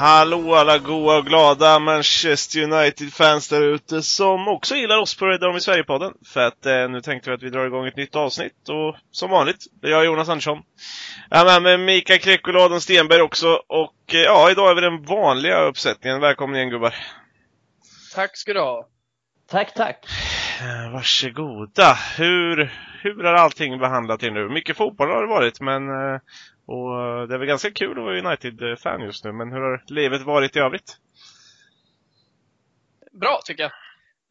Hallå alla goa och glada Manchester United-fans där ute som också gillar oss på Red Army Sverige-podden. För att nu tänkte vi att vi drar igång ett nytt avsnitt. Och som vanligt, det är jag Jonas Andersson. Jag är med Mikael Krekuladen Stenberg också. Och ja, idag är vi den vanliga uppsättningen. Välkommen igen gubbar. Tack ska du ha. Tack. Varsågoda. Hur har allting behandlat till nu? Mycket fotboll har det varit, men... Och det är väl ganska kul att vara United-fan just nu. Men hur har livet varit i övrigt? Bra tycker jag.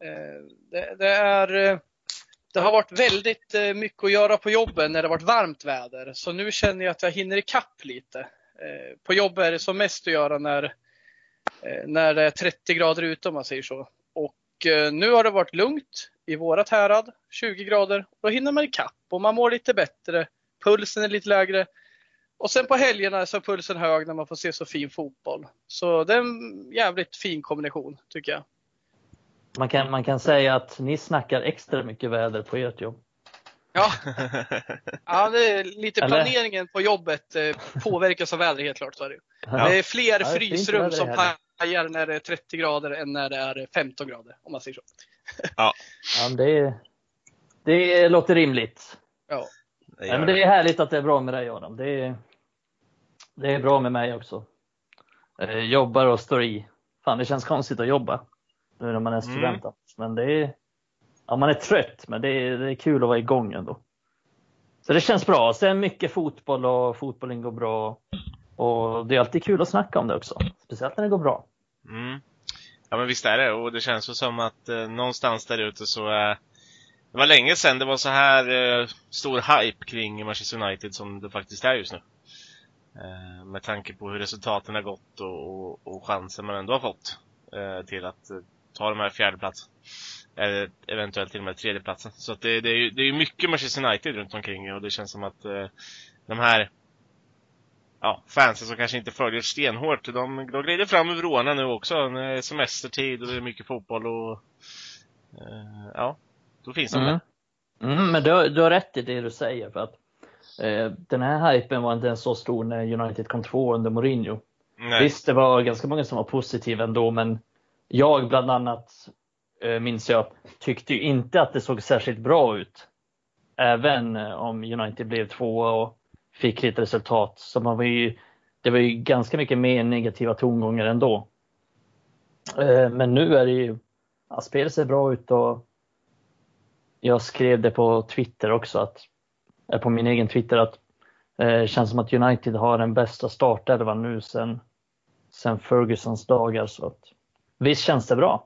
Det har varit väldigt mycket att göra på jobbet när det har varit varmt väder. Så nu känner jag att jag hinner ikapp lite. På jobbet är det som mest att göra när det är 30 grader ute om man säger så. Och nu har det varit lugnt i vårat härad, 20 grader. Då hinner man ikapp och man mår lite bättre. Pulsen är lite lägre. Och sen på helgerna så är pulsen hög när man får se så fin fotboll. Så det är en jävligt fin kombination tycker jag. Man kan säga att ni snackar extra mycket väder på ert jobb. Ja, det är lite planeringen på jobbet påverkas av vädret helt klart. Så är det. Ja. Det är fler frysrum som pajar när det är 30 grader än när det är 15 grader om man säger så. Ja, det låter rimligt. Ja. Men det är härligt att det är bra med dig Adam. Det är bra med mig också. Jobbar och står i. Fan, det känns konstigt att jobba nu när man är student. Men man är trött, men det är kul att vara igång ändå. Så det känns bra. Sen mycket fotboll och fotbollen går bra. Och det är alltid kul att snacka om det också. Speciellt när det går bra. Ja, men visst är det. Och det känns ju som att någonstans där ute så det var länge sedan det var så här stor hype kring Manchester United som det faktiskt är just nu. Med tanke på hur resultaten har gått och chansen man ändå har fått till att ta de här fjärdeplatsen. Eller eventuellt till och med tredjeplatsen. Så att det är ju mycket Manchester United runt omkring. Och det känns som att de här fansen som kanske inte följer stenhårt, de glider fram över råna nu också. När det är semestertid och det är mycket fotboll och då finns de där. Men du har rätt i det du säger. För att den här hypen var inte så stor när United kom 2 under Mourinho. Nej. Visst, det var ganska många som var positiva ändå, men jag bland annat minns jag tyckte ju inte att det såg särskilt bra ut. Även om United blev 2 och fick lite resultat. Så det var ju ganska mycket mer negativa tongångar ändå. Men nu är det ju spelet ser bra ut och jag skrev det på Twitter också på min egen Twitter att känns som att United har den bästa startelvan nu sen Fergusons dagar, så att visst känns det bra.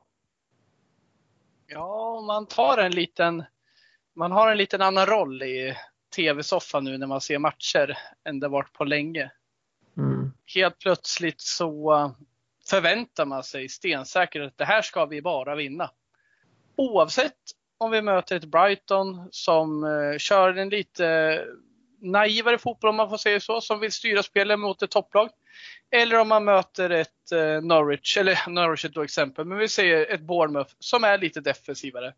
Ja, man har en liten annan roll i tv-soffan nu när man ser matcher än det varit på länge. Helt plötsligt så förväntar man sig stensäkert att det här ska vi bara vinna. Oavsett om vi möter ett Brighton som kör en lite naivare fotboll om man får säga så, som vill styra spelet mot ett topplag. Eller om man möter ett Norwich är ett exempel, men vi säger ett Bournemouth som är lite defensivare.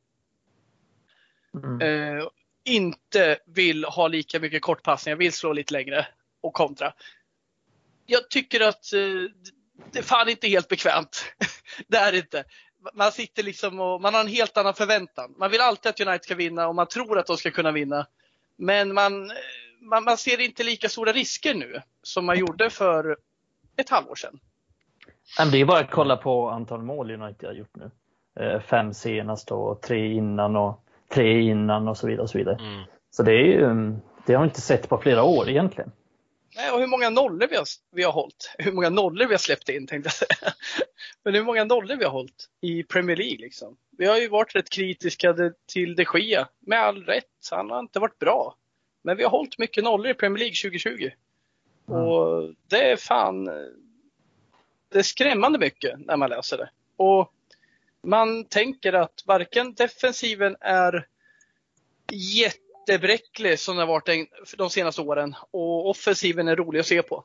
Inte vill ha lika mycket kortpassningar, vill slå lite längre och kontra. Jag tycker att det är fan inte helt bekvämt. Det är inte. Man sitter liksom och man har en helt annan förväntan. Man vill alltid att United ska vinna och man tror att de ska kunna vinna. Men man ser inte lika stora risker nu som man gjorde för ett halvår sedan. Det är bara att kolla på antal mål United har gjort nu. 5 senast och 3 innan och 3 innan och så vidare och så vidare. Så det har vi inte sett på flera år egentligen. Nej, och hur många nollor vi har hållit. Hur många nollor vi har släppt in tänkte jag säga. Men hur många nollor vi har hållit i Premier League liksom. Vi har ju varit rätt kritiska till De Gea. Med all rätt, han har inte varit bra. Men vi har hållit mycket nollor i Premier League 2020. Och det är det är skrämmande mycket när man läser det. Och man tänker att varken defensiven är jättebräcklig som det har varit de senaste åren. Och offensiven är rolig att se på.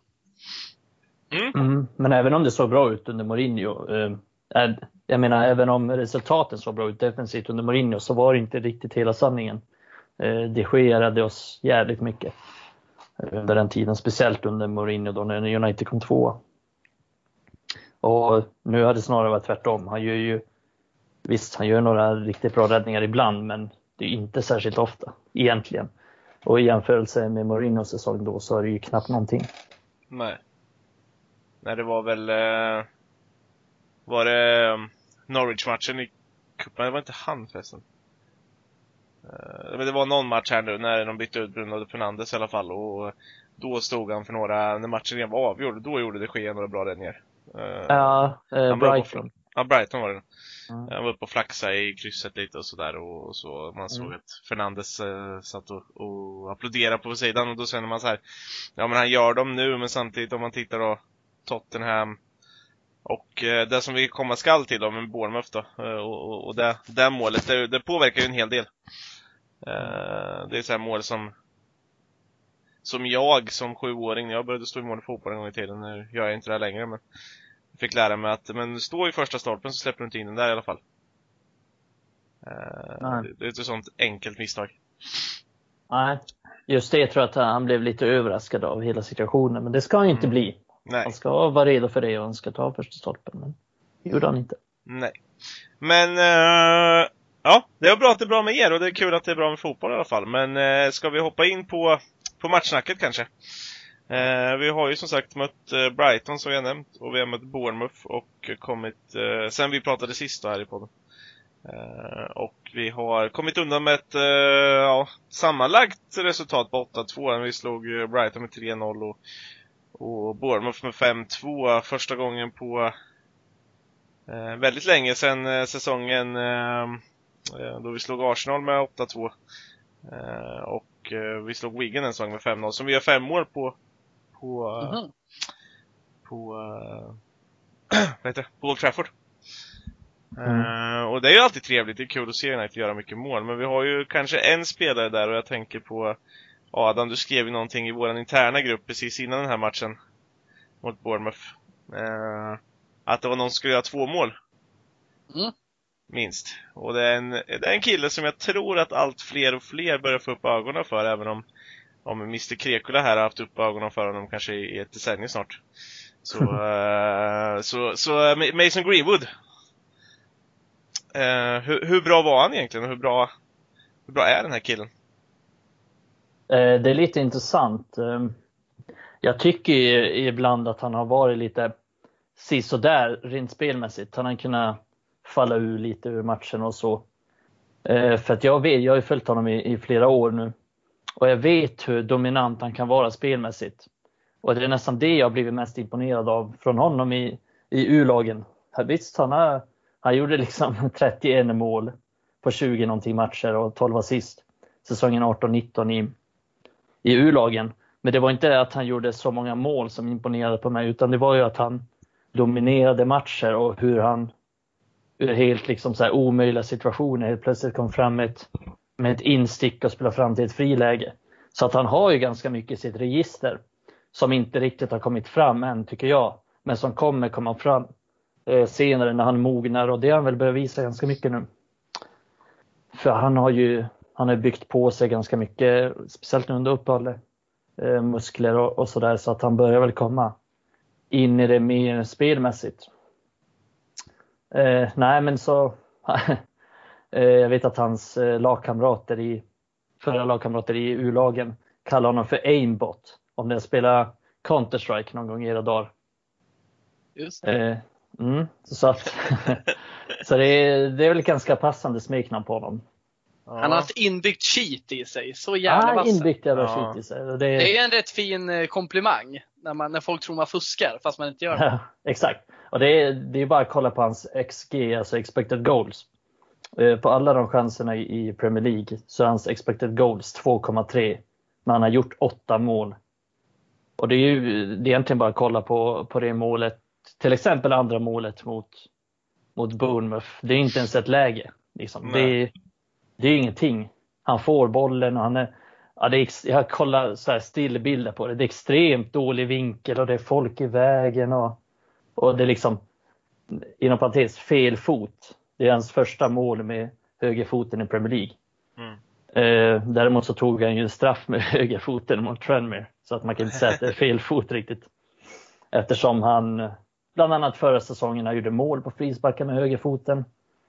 Men även om det såg bra ut under Mourinho. Jag menar, även om resultaten såg bra ut defensivt under Mourinho, så var det inte riktigt hela sanningen. Det skerade oss jävligt mycket under den tiden. Speciellt under Mourinho då när United kom 2. Och nu hade det snarare varit tvärtom. Han gör några riktigt bra räddningar ibland, men det är inte särskilt ofta egentligen. Och i jämförelse med Mourinhos säsong då så är det ju knappt någonting. Nej, det var väl var det Norwich-matchen i cupen? Det var inte han förresten. Men det var någon match här nu när de bytte ut Bruno Fernandes i alla fall, och då stod han för när matchen redan var avgjord, då gjorde det ske några bra räddningar. Brighton. Ja, Brighton var det. Han var uppe och flaxa i krysset lite och sådär, och så man såg att Fernandes satt och applåderade på sidan, och då känner man så här, ja men han gör dem nu, men samtidigt om man tittar då Tottenham och det som vi komma skall till då med Bournemouth då, och det målet, det påverkar ju en hel del. Det är så här mål som jag som 7-åring, när jag började stå i mål i fotboll en gång i tiden, nu gör jag inte det längre, men jag fick lära mig att stå i första stolpen så släpper du inte in den där i alla fall. Det är ett sånt enkelt misstag. Nej, just det tror jag att han blev lite överraskad av hela situationen, men det ska han ju inte bli. Nej. Han ska vara redo för det och han ska ta första stolpen, men det gjorde han inte. Nej. Men ja, det är bra att det är bra med er, och det är kul att det är bra med fotboll i alla fall. Men ska vi hoppa in på matchsnacket kanske? Vi har ju som sagt mött Brighton som jag nämnt, och vi har mött Bournemouth och kommit sen vi pratade sist här i podden. Och vi har kommit undan med ett sammanlagt resultat på 8-2. Vi slog Brighton med 3-0 och Bournemouth med 5-2 första gången på väldigt länge sedan säsongen då vi slog Arsenal med 8-2 och vi slog Wigan en säsong med 5-0, som vi har 5 mål på Old Trafford. Och det är ju alltid trevligt, det är kul att se United göra mycket mål, men vi har ju kanske en spelare där, och jag tänker på Adam, du skrev ju någonting i våran interna grupp precis innan den här matchen mot Bournemouth, att det var någon som skulle göra 2 mål minst, och det är en kille som jag tror att allt fler och fler börjar få upp ögonen för, även om Mr. Krekula här har haft upp ögonen för honom kanske i ett decennium snart. Så Mason Greenwood, hur bra var han egentligen, och hur bra är den här killen? Det är lite intressant. Jag tycker ibland att han har varit lite sisådär rent spelmässigt. Han har kunnat falla ur lite ur matchen och så. För att jag har ju följt honom i flera år nu. Och jag vet hur dominant han kan vara spelmässigt. Och det är nästan det jag har blivit mest imponerad av från honom i U-lagen. Visst, han gjorde liksom 31 mål på 20 någonting matcher och 12 assist. Säsongen 18-19 i U-lagen. Men det var inte att han gjorde så många mål som imponerade på mig, utan det var ju att han dominerade matcher och hur han ur helt liksom så här omöjliga situationer helt plötsligt kom fram med ett instick och spelade fram till ett friläge. Så att han har ju ganska mycket i sitt register som inte riktigt har kommit fram än, tycker jag, men som kommer komma fram senare när han mognar, och det har han väl börjat visa ganska mycket nu. För han har byggt på sig ganska mycket, speciellt under uppehållet, muskler och sådär, så att han börjar väl komma in i det mer spelmässigt. Nej, men så jag vet att hans förra lagkamrater i U-lagen kallar honom för aimbot om det spelar Counter-Strike någon gång i era dagar. Just så det är väl ganska passande smeknamn på honom. Han har ett inbyggt cheat i sig, så jävla vass. Inbyggt jävla cheat i sig. Det är en rätt fin komplimang när folk tror man fuskar fast man inte gör det. Ja, exakt. Och det är bara att kolla på hans XG, alltså expected goals. På alla de chanserna i Premier League så är hans expected goals 2,3. Men han har gjort 8 mål. Och det är egentligen bara att kolla på det målet. Till exempel andra målet mot Bournemouth. Det är inte ens ett läge. Liksom. Det är ingenting. Han får bollen och han är... Ja, jag kollar så här stillbilder på det. Det är extremt dålig vinkel och det är folk i vägen. Och det är liksom, inom parentes, fel fot. Det är hans första mål med högerfoten i Premier League. Däremot så tog han ju en straff med högerfoten mot Tranmere. Så att man kan inte säga att det är fel fot riktigt. Eftersom han bland annat förra säsongen han gjorde mål på frisparkar med högerfoten.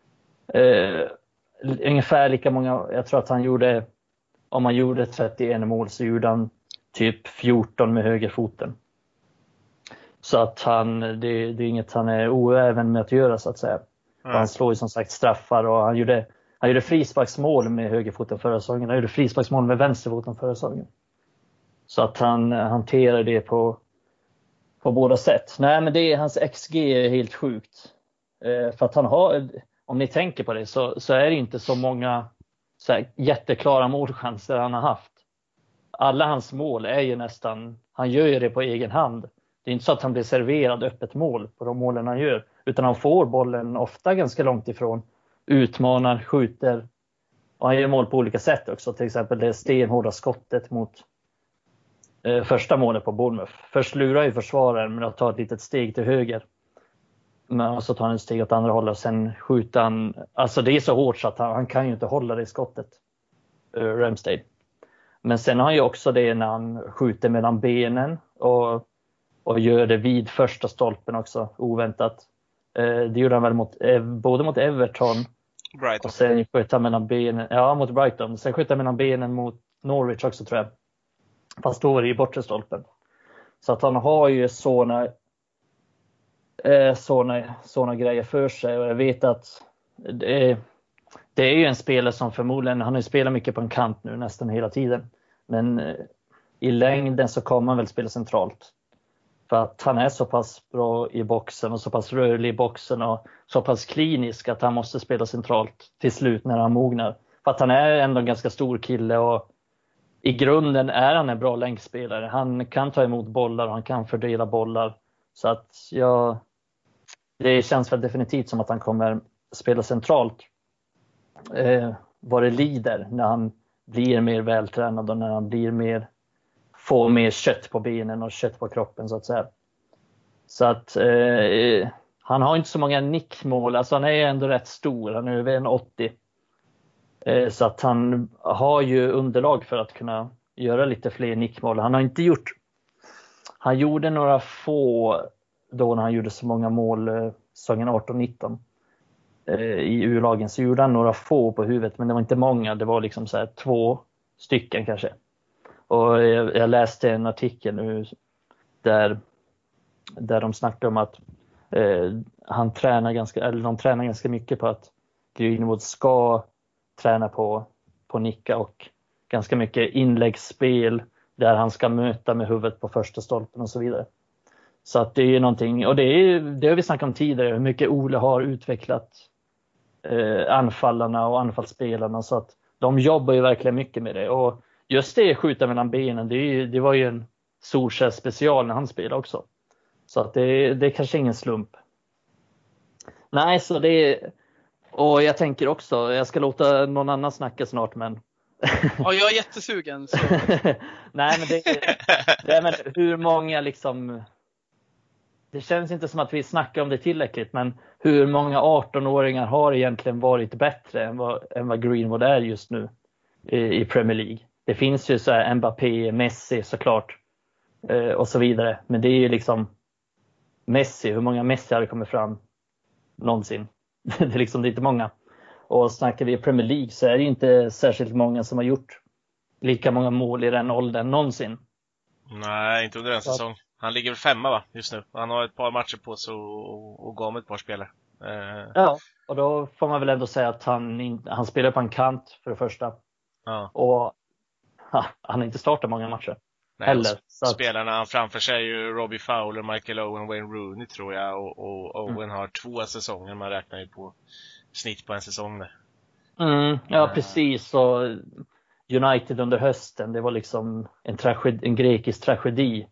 Ungefär lika många, jag tror att han gjorde, om han gjorde 31 mål så gjorde han typ 14 med högerfoten. Så att det är inget han är oäven med att göra så att säga. Han slår ju som sagt straffar och han gjorde frisparksmål med högerfoten förra säsongen. Han gjorde frisparksmål med vänsterfoten förra säsongen. Så att han hanterar det på båda sätt. Nej, men hans XG är helt sjukt. För att han har, om ni tänker på det, så är det inte så många så här jätteklara målchanser han har haft. Alla hans mål är ju nästan, han gör ju det på egen hand. Det är inte så att han blir serverad öppet mål på de målen han gör. Utan han får bollen ofta ganska långt ifrån. Utmanar, skjuter. Och han gör mål på olika sätt också. Till exempel det stenhårda skottet mot första målet på Bournemouth. Först lurar ju försvararen men att ta ett litet steg till höger. Men så tar han ett steg åt andra hållet och sen skjuter han. Alltså det är så hårt så att han kan ju inte hålla det i skottet. Ramsdale. Men sen har han ju också det när han skjuter mellan benen. Och gör det vid första stolpen också, oväntat. Det gjorde han väl både mot Everton. Brighton. Och sen sköt han mellan benen. Ja, mot Brighton. Sen sköt han mellan benen mot Norwich också tror jag. Fast då var det i bortre stolpen. Så att han har ju såna grejer för sig. Och jag vet att det är ju en spelare som förmodligen, han har ju spelat mycket på en kant nu nästan hela tiden. Men i längden så kommer han väl spela centralt. För att han är så pass bra i boxen och så pass rörlig i boxen och så pass klinisk att han måste spela centralt till slut när han mognar. För att han är ändå en ganska stor kille och i grunden är han en bra länkspelare. Han kan ta emot bollar och han kan fördela bollar. Så att det känns väl definitivt som att han kommer spela centralt. Vad det lider när han blir mer vältränad och när han blir får mer kött på benen och kött på kroppen så att säga. Så att han har inte så många nickmål. Alltså han är ändå rätt stor. Han är över 1,80. Så att han har ju underlag för att kunna göra lite fler nickmål. Han gjorde några få då när han gjorde så många mål säsongen 18-19 i U-lagen. Så gjorde han några få på huvudet men det var inte många. Det var liksom så här 2 stycken kanske. Och jag läste en artikel nu där de snackade om att de tränar ganska mycket på att Greenwood ska träna på nicka och ganska mycket inläggsspel där han ska möta med huvudet på första stolpen och så vidare. Så att det är någonting, och det har vi snackat om tidigare, hur mycket Ole har utvecklat anfallarna och anfallsspelarna så att de jobbar ju verkligen mycket med det. Och just det skjuta mellan benen, det var ju en Solskjaer special när han spelade också. Så att det är kanske ingen slump. Nej, så och jag tänker också, jag ska låta någon annan snacka snart men ja, jag är jättesugen så. Nej men hur många liksom, det känns inte som att vi snackar om det tillräckligt, men hur många 18-åringar har egentligen varit bättre än vad Greenwood är just nu i Premier League? Det finns ju så här Mbappé, Messi såklart och så vidare. Men det är ju liksom Messi, hur många Messi har det kommit fram någonsin? Det är inte många. Och snackar vi i Premier League så är det inte särskilt många som har gjort lika många mål i den åldern någonsin. Nej, inte under en säsong. Han ligger väl 5 va, just nu. Han har ett par matcher på sig och gav med ett par spelare. Ja, och då får man väl ändå säga att han spelar på en kant för det första. Ja. Och han har inte startat många matcher. Nej, heller. Spelarna framför sig är ju Robbie Fowler, Michael Owen, Wayne Rooney tror jag. Och Owen har 2 säsonger. Man räknar ju på snitt på en säsong där. Ja, precis. Och United under hösten, det var liksom en grekisk tragedi.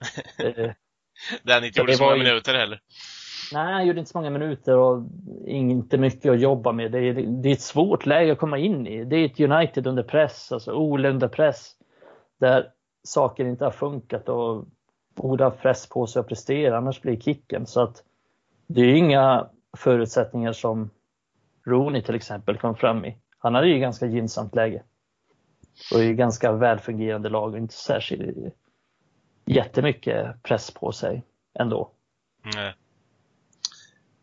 Den inte gjorde så många minuter heller. Nej, han gjorde inte så många minuter och inte mycket att jobba med. Det är ett svårt läge att komma in i. Det är ett United under press, alltså Ole under press. Där saker inte har funkat och borde ha press på sig att prestera, annars blir kicken. Så att det är inga förutsättningar som Rooney till exempel kom fram i. Han hade ju ganska gynnsamt läge. Och är ganska välfungerande lag och inte särskilt jättemycket press på sig ändå. Nej.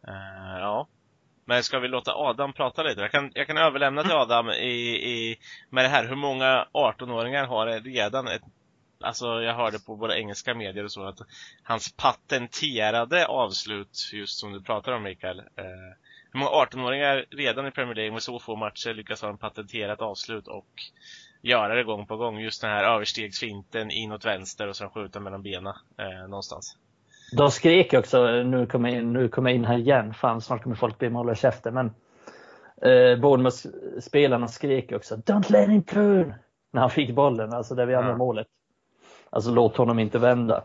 Ja. Men ska vi låta Adam prata lite? Jag kan överlämna till Adam med det här. Hur många 18-åringar har redan alltså jag hörde på våra engelska medier och så att hans patenterade avslut, just som du pratar om Mikael. Hur många 18-åringar redan i Premier League med så få matcher lyckas ha en patenterat avslut och göra det gång på gång. Just den här överstegsfinten inåt vänster och sen skjuta mellan benen någonstans. De skrek också, nu kommer jag in här igen, fan snart kommer folk be mig hålla käften, men Bournemouth-spelarna skrek också don't let him turn när han fick bollen, alltså där vi andra målet. Alltså låt honom inte vända.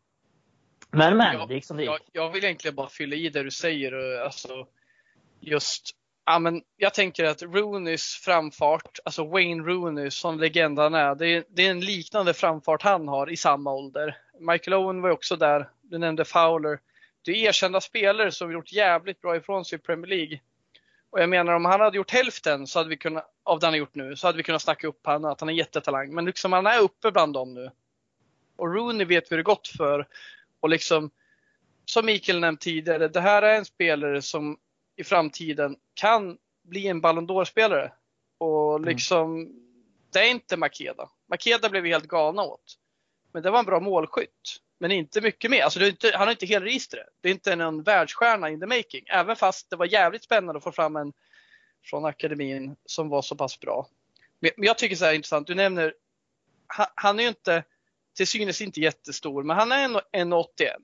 Men det gick som det gick. Jag vill egentligen bara fylla i det du säger, alltså just men jag tänker att Rooneys framfart, alltså Wayne Rooney som legendan är, det är en liknande framfart han har i samma ålder. Michael Owen var också där, du nämnde Fowler. Det är erkända spelare som gjort jävligt bra ifrån sig i Premier League. Och jag menar, om han hade gjort hälften så hade vi kunnat, av det han har gjort nu, så hade vi kunnat snacka upp han att han är jättetalang. Men liksom han är uppe bland dem nu. Och Rooney vet vi det gott för. Och liksom, som Mikael nämnde tidigare, det här är en spelare som i framtiden kan bli en Ballon d'Or-spelare. Och liksom, det är inte Makeda. Makeda blev vi helt galna åt. Men det var en bra målskytt. Men inte mycket mer. Alltså han har inte hela registret. Det är inte en världsstjärna in the making. Även fast det var jävligt spännande att få fram en från akademin som var så pass bra. Men jag tycker så här intressant. Du nämner, han är ju inte, till synes inte jättestor. Men han är 1,81.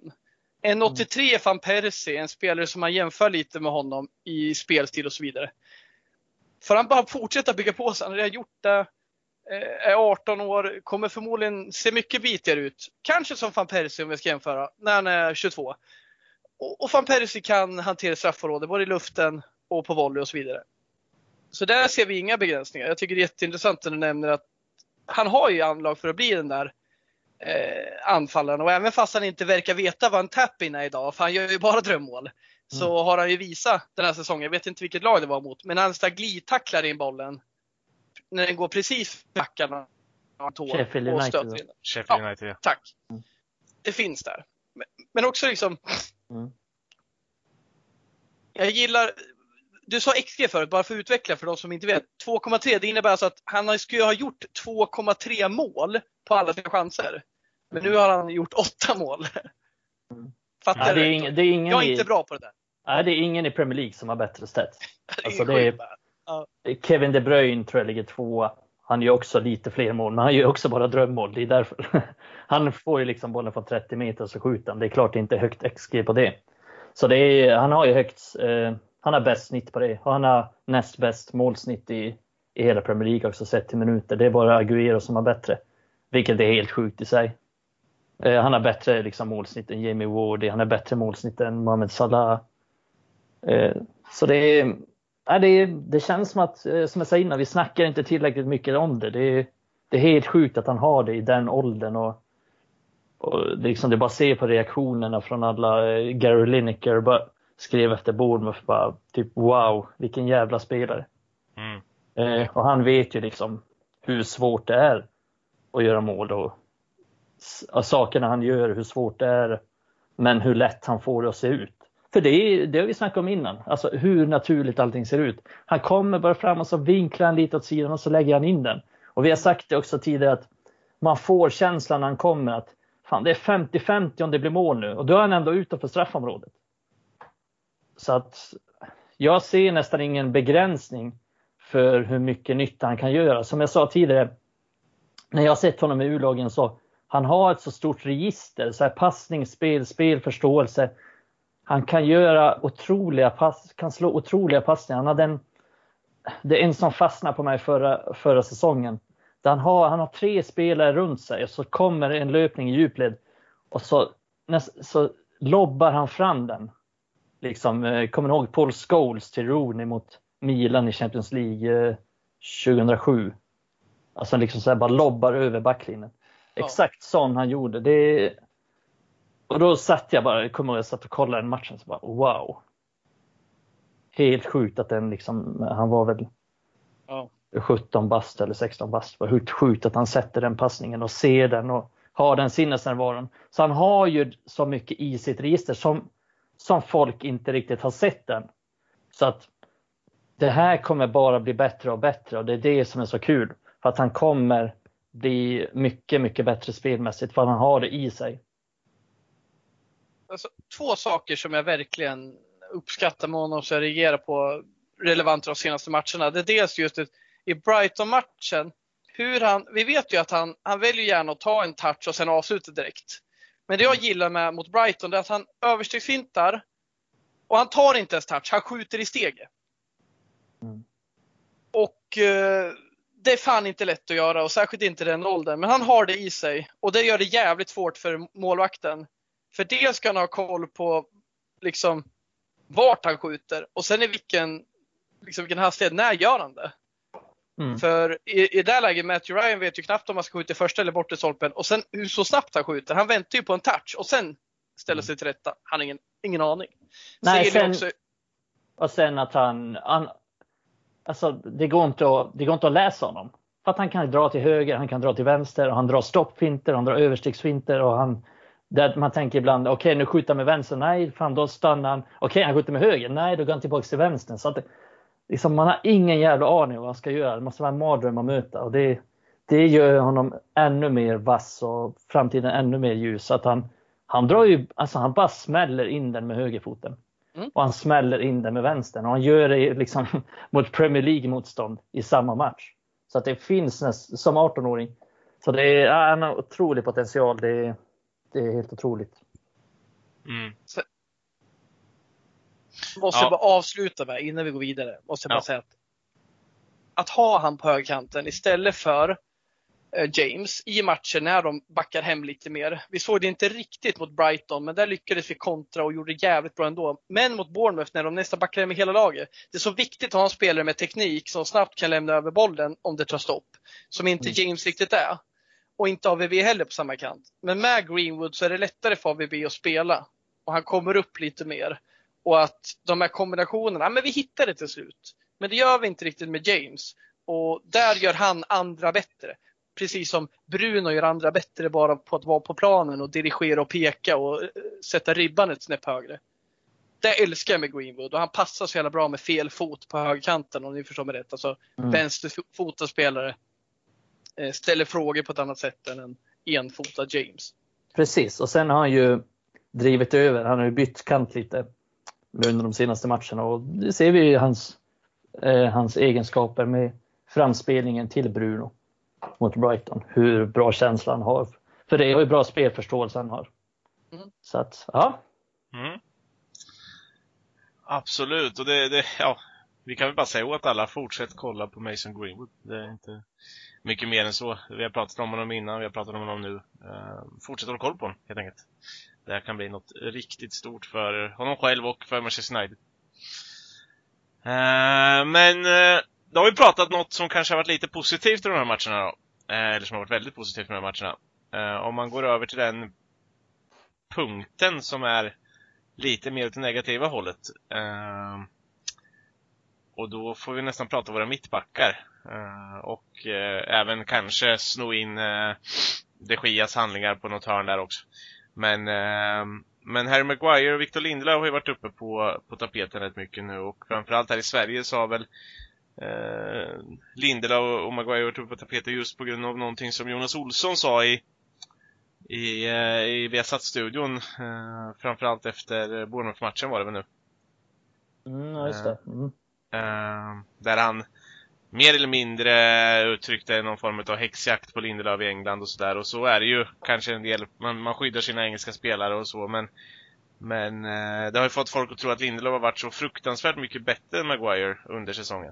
1,83 Van Persie, en spelare som man jämför lite med honom i spelstil och så vidare. För han bara fortsätta bygga på sig. Han har redan gjort det. Är 18 år, kommer förmodligen se mycket bitigare ut. Kanske som Van Persie om vi ska jämföra, när han är 22. Och Van Persie kan hantera straffområdet både i luften och på volley och så vidare. Så där ser vi inga begränsningar. Jag tycker det är jätteintressant när du nämner att han har ju anlag för att bli den där anfallaren. Och även fast han inte verkar veta vad en tap-in är idag, för han gör ju bara drömmål, så har han ju visat den här säsongen, jag vet inte vilket lag det var mot, men han glidtacklar in bollen när den går precis backarna Sheffield United. Sheffield United, ja. Tack. Det finns där. Men också liksom jag gillar, du sa XG förut, bara för att utveckla för de som inte vet. 2,3, det innebär alltså att han skulle ha gjort 2,3 mål på alla sina chanser. Men nu har han gjort 8 mål. Fattar du? Jag är inte bra på det där. Nej, det är ingen i Premier League som har bättre stats. Alltså det är Kevin De Bruyne tror jag ligger 2. Han gör också lite fler mål, men han gör också bara drömmål. Det är därför. Han får ju liksom bollen från 30 meter så skjuter han. Det är klart det inte är högt XG på det. Så det är, han har ju högt, han har bäst snitt på det. Och han har näst bäst målsnitt i hela Premier League också sett till minuter. Det är bara Aguero som har bättre. Vilket är helt sjukt i sig. Han har bättre liksom målsnitt än Jamie Wardy. Han har bättre målsnitt än Mohamed Salah. Så det känns som att, som jag sa innan, vi snackar inte tillräckligt mycket om det. Det är helt sjukt att han har det i den åldern. Och det, liksom, det bara ser på reaktionerna från alla. Gary Lineker bara skrev efter Bournemouth bara typ wow, vilken jävla spelare. Och han vet ju liksom hur svårt det är att göra mål och sakerna han gör, hur svårt det är, men hur lätt han får det att se ut. För det har vi snackat om innan. Alltså hur naturligt allting ser ut. Han kommer bara fram och så vinklar han lite åt sidan och så lägger han in den. Och vi har sagt det också tidigare att man får känslan när han kommer att fan, det är 50-50 om det blir mål nu. Och då är han ändå utanför straffområdet. Så att jag ser nästan ingen begränsning för hur mycket nytta han kan göra. Som jag sa tidigare, när jag har sett honom i U-lagen så han har ett så stort register. Så här passningsspel, spelförståelse. Han kan göra kan slå otroliga passningar. Det är en som fastnade på mig förra säsongen. Där han har 3 spelare runt sig och så kommer en löpning i djupled och så lobbar han fram den. Liksom, kommer ni ihåg Paul Scholes till Rooney mot Milan i Champions League 2007? Alltså liksom så här bara lobbar över backlinjen. Ja. Exakt sån han gjorde. Och då satt jag satt och kollade den matchen så bara wow. Helt sjukt att den liksom, han var väl 17 bast eller 16 bast. Det var sjukt att han sätter den passningen och ser den och har den sinnesnärvaron. Så han har ju så mycket i sitt register som folk inte riktigt har sett än. Så att det här kommer bara bli bättre och bättre, och det är det som är så kul. För att han kommer bli mycket, mycket bättre spelmässigt, för han har det i sig. Alltså, 2 saker som jag verkligen uppskattar med honom, så jag reagerar på relevant de senaste matcherna. Det är dels just i Brighton-matchen, vi vet ju att han väljer gärna att ta en touch och sen avsluta direkt. Men det jag gillar mot Brighton, det är att han överstegsfintar och han tar inte ens touch, han skjuter i steget. Och det är fan inte lätt att göra, och särskilt inte den åldern. Men han har det i sig, och det gör det jävligt svårt för målvakten. För det ska han ha koll på liksom vart han skjuter, och sen i vilken hastighet, när gör han det. För i det läget, Matthew Ryan vet ju knappt om han ska skjuta i första eller bortre stolpen, och sen hur så snabbt han skjuter. Han väntar ju på en touch och sen ställer sig till rätta. Han har ingen aning. Nej, och sen att han alltså det går inte att läsa honom. För att han kan dra till höger, han kan dra till vänster, och han drar stoppfinter, han drar överstegsfinter, och där man tänker ibland, okej, nu skjuter han med vänster, nej, fan, då stannar han. Okej, han skjuter med höger, nej, då går han tillbaka till vänster. Så att liksom, man har ingen jävla aning vad han ska göra. Det måste vara en mardröm att möta, och det gör honom ännu mer vass och framtiden ännu mer ljus. Så att han drar ju, alltså han bara smäller in den med högerfoten. Och han smäller in den med vänstern, och han gör det liksom mot Premier League-motstånd i samma match. Så att det finns som 18-åring. Så det är en otrolig potential. Det är helt otroligt. Måste jag bara avsluta med, innan vi går vidare. Måste jag bara säga att ha han på högerkanten istället för James i matcher när de backar hem lite mer. Vi såg det inte riktigt mot Brighton, men där lyckades vi kontra och gjorde det jävligt bra ändå. Men mot Bournemouth, när de nästan backar hem i hela laget, det är så viktigt att ha en spelare med teknik som snabbt kan lämna över bollen om det tar stopp, som inte James riktigt är. Och inte AVB heller på samma kant. Men med Greenwood så är det lättare för AVB att spela, och han kommer upp lite mer. Och att de här kombinationerna, men vi hittar det till slut. Men det gör vi inte riktigt med James. Och där gör han andra bättre. Precis som Bruno gör andra bättre bara på att vara på planen och dirigera och peka och sätta ribban ett snäpp högre. Det älskar jag med Greenwood, och han passar så jävla bra med fel fot på högkanten, om ni förstår mig rätt. Alltså vänsterfotad spelare ställer frågor på ett annat sätt än en enfotad James. Precis, och sen har han ju drivit över, han har ju bytt kant lite under de senaste matcherna, och det ser vi ju hans egenskaper med framspelningen till Bruno mot Brighton, hur bra känsla han har. För det är ju bra spelförståelse han har. Så att, ja. Absolut, och vi kan väl bara säga åt alla, fortsätt kolla på Mason Greenwood. Det är inte mycket mer än så. Vi har pratat om honom innan, vi har pratat om honom nu. Fortsätt hålla koll på honom, helt enkelt. Det här kan bli något riktigt stort för honom själv och för Manchester United. Men då har vi pratat något som kanske har varit lite positivt i de här matcherna då. Eller som har varit väldigt positivt i de här matcherna. Om man går över till den punkten som är lite mer åt det negativa hållet. Och då får vi nästan prata om våra mittbackar. Och även kanske sno in De Gias handlingar på något hörn där också. Men Harry Maguire och Victor Lindelöf har ju varit uppe på tapeten rätt mycket nu. Och framförallt här i Sverige så har väl Lindelöf och Maguire varit uppe på tapeten just på grund av någonting som Jonas Olsson sa i Viasat-studion. Framförallt efter Bournemouth-matchen var det väl nu. Just det. Där han mer eller mindre uttryckte någon form av häxjakt på Lindelöf i England och sådär. Och så är det ju kanske en del, man skyddar sina engelska spelare och så. Men det har ju fått folk att tro att Lindelöf har varit så fruktansvärt mycket bättre än Maguire under säsongen.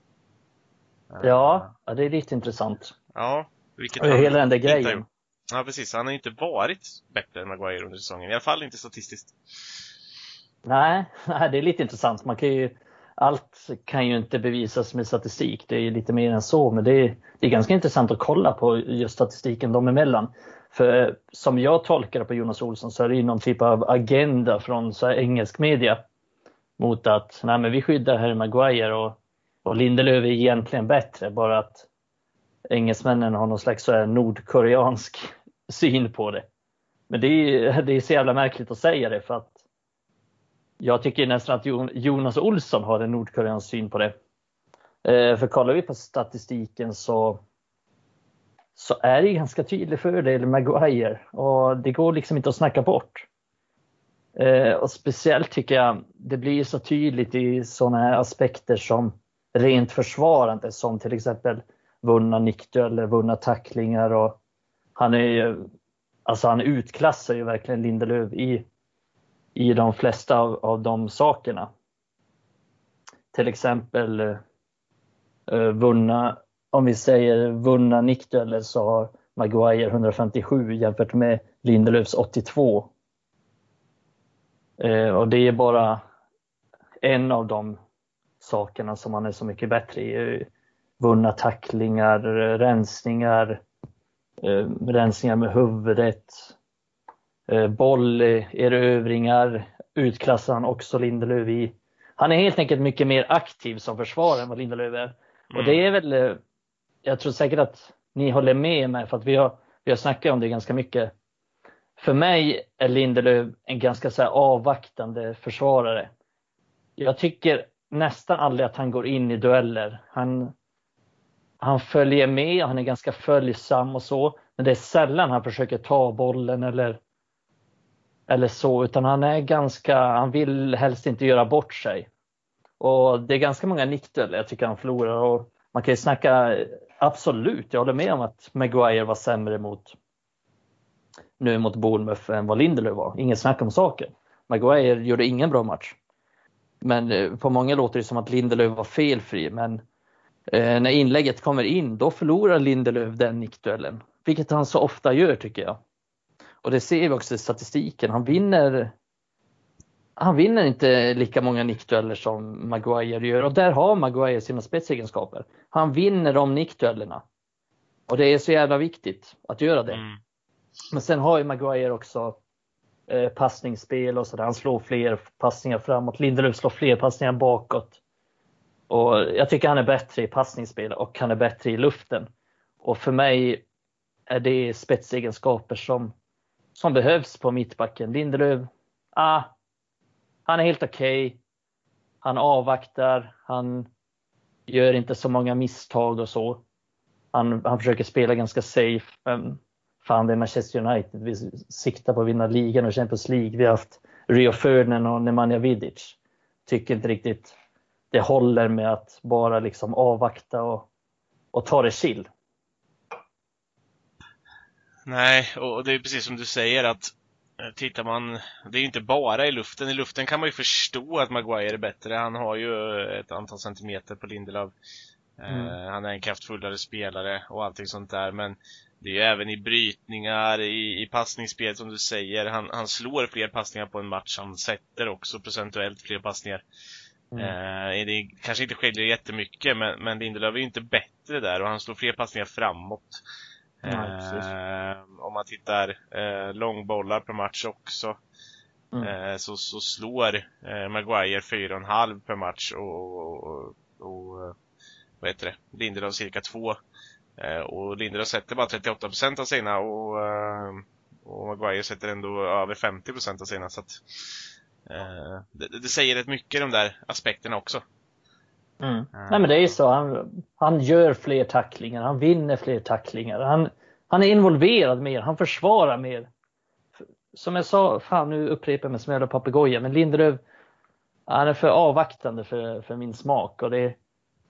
Ja, det är lite intressant. Ja, vilket hela den där grejen. Ja, precis. Han har inte varit bättre än Maguire under säsongen. I alla fall inte statistiskt. Nej, det är lite intressant. Allt kan ju inte bevisas med statistik. Det är lite mer än så. Men det är ganska intressant att kolla på just statistiken dem emellan. För som jag tolkar det på Jonas Olsson så är det ju någon typ av agenda från så här engelsk media. Mot att men vi skyddar Harry Maguire och Lindelöf är egentligen bättre. Bara att engelsmännen har någon slags så här nordkoreansk syn på det. Men det är så jävla märkligt att säga det, för att Jag tycker nästan att Jonas Olsson har en nordkoreansk syn på det. För kollar vi på statistiken så är det ganska tydlig fördel Maguire. Och det går liksom inte att snacka bort. Och speciellt tycker jag det blir så tydligt i sådana här aspekter som rent försvarande. Som till exempel vunna nickdueller, vunna tacklingar. Och han utklassar ju verkligen Lindelöf i de flesta av de sakerna. Till exempel vunna nickdueller så har Maguire 157 jämfört med Lindelöfs 82. Och det är bara en av de sakerna som han är så mycket bättre i. Vunna tacklingar, rensningar med huvudet, bollerövringar utklassar han också Lindelöf i. Han är helt enkelt mycket mer aktiv som försvarare än vad Lindelöf är. Och det är väl, jag tror säkert att ni håller med mig för att vi har snackat om det ganska mycket. För mig är Lindelöf en ganska så här avvaktande försvarare. Jag tycker nästan aldrig att han går in i dueller. Han följer med, han är ganska följsam och så. Men det är sällan han försöker ta bollen eller så. Utan han vill helst inte göra bort sig. Och det är ganska många nickdueller jag tycker han förlorar. Och man kan ju snacka, absolut, jag håller med om att Maguire var sämre mot Bournemouth än vad Lindelöf var. Ingen snack om saken. Maguire gjorde ingen bra match. Men på många låter det som att Lindelöf var felfri. Men när inlägget kommer in, då förlorar Lindelöf den nickduellen. Vilket han så ofta gör tycker jag. Och det ser vi också i statistiken. Han vinner inte lika många nickdueller som Maguire gör. Och där har Maguire sina spetsegenskaper. Han vinner de nickduellerna. Och det är så jävla viktigt att göra det. Men sen har ju Maguire också passningsspel och sådär. Han slår fler passningar framåt. Lindelöf slår fler passningar bakåt. Och jag tycker han är bättre i passningsspel och han är bättre i luften. Och för mig är det spetsegenskaper som behövs på mittbacken. Lindelöf, han är helt okej. Han avvaktar. Han gör inte så många misstag och så. Han försöker spela ganska safe. Fan, det är Manchester United. Vi siktar på att vinna ligan och Champions League. Vi har haft Rio Ferdinand och Nemanja Vidic. Tycker inte riktigt det håller med att bara liksom avvakta och ta det chill. Nej, och det är precis som du säger att tittar man, det är ju inte bara i luften. I luften kan man ju förstå att Maguire är bättre. Han har ju ett antal centimeter på Lindelöf. Han är en kraftfullare spelare och allting sånt där. Men det är ju även i brytningar, i passningsspel som du säger. Han slår fler passningar på en match. Han sätter också procentuellt fler passningar. Det kanske inte skiljer jättemycket, men Lindelöf är ju inte bättre där. Och han slår fler passningar framåt. Om man tittar långbollar per match också. Så slår Maguire 4,5 per match och vad heter det? Lindelöf cirka 2. Och Lindelöf sätter bara 38% av sina och Maguire sätter ändå över 50% av sina. Så att, det säger rätt mycket de där aspekterna också. Nej men det är ju så. Han gör fler tacklingar. Han vinner fler tacklingar. Han är involverad mer. Han försvarar mer. Som jag sa, fan nu upprepar jag mig som jävla papegoja. Men Lindelöf, han är för avvaktande för min smak. Och det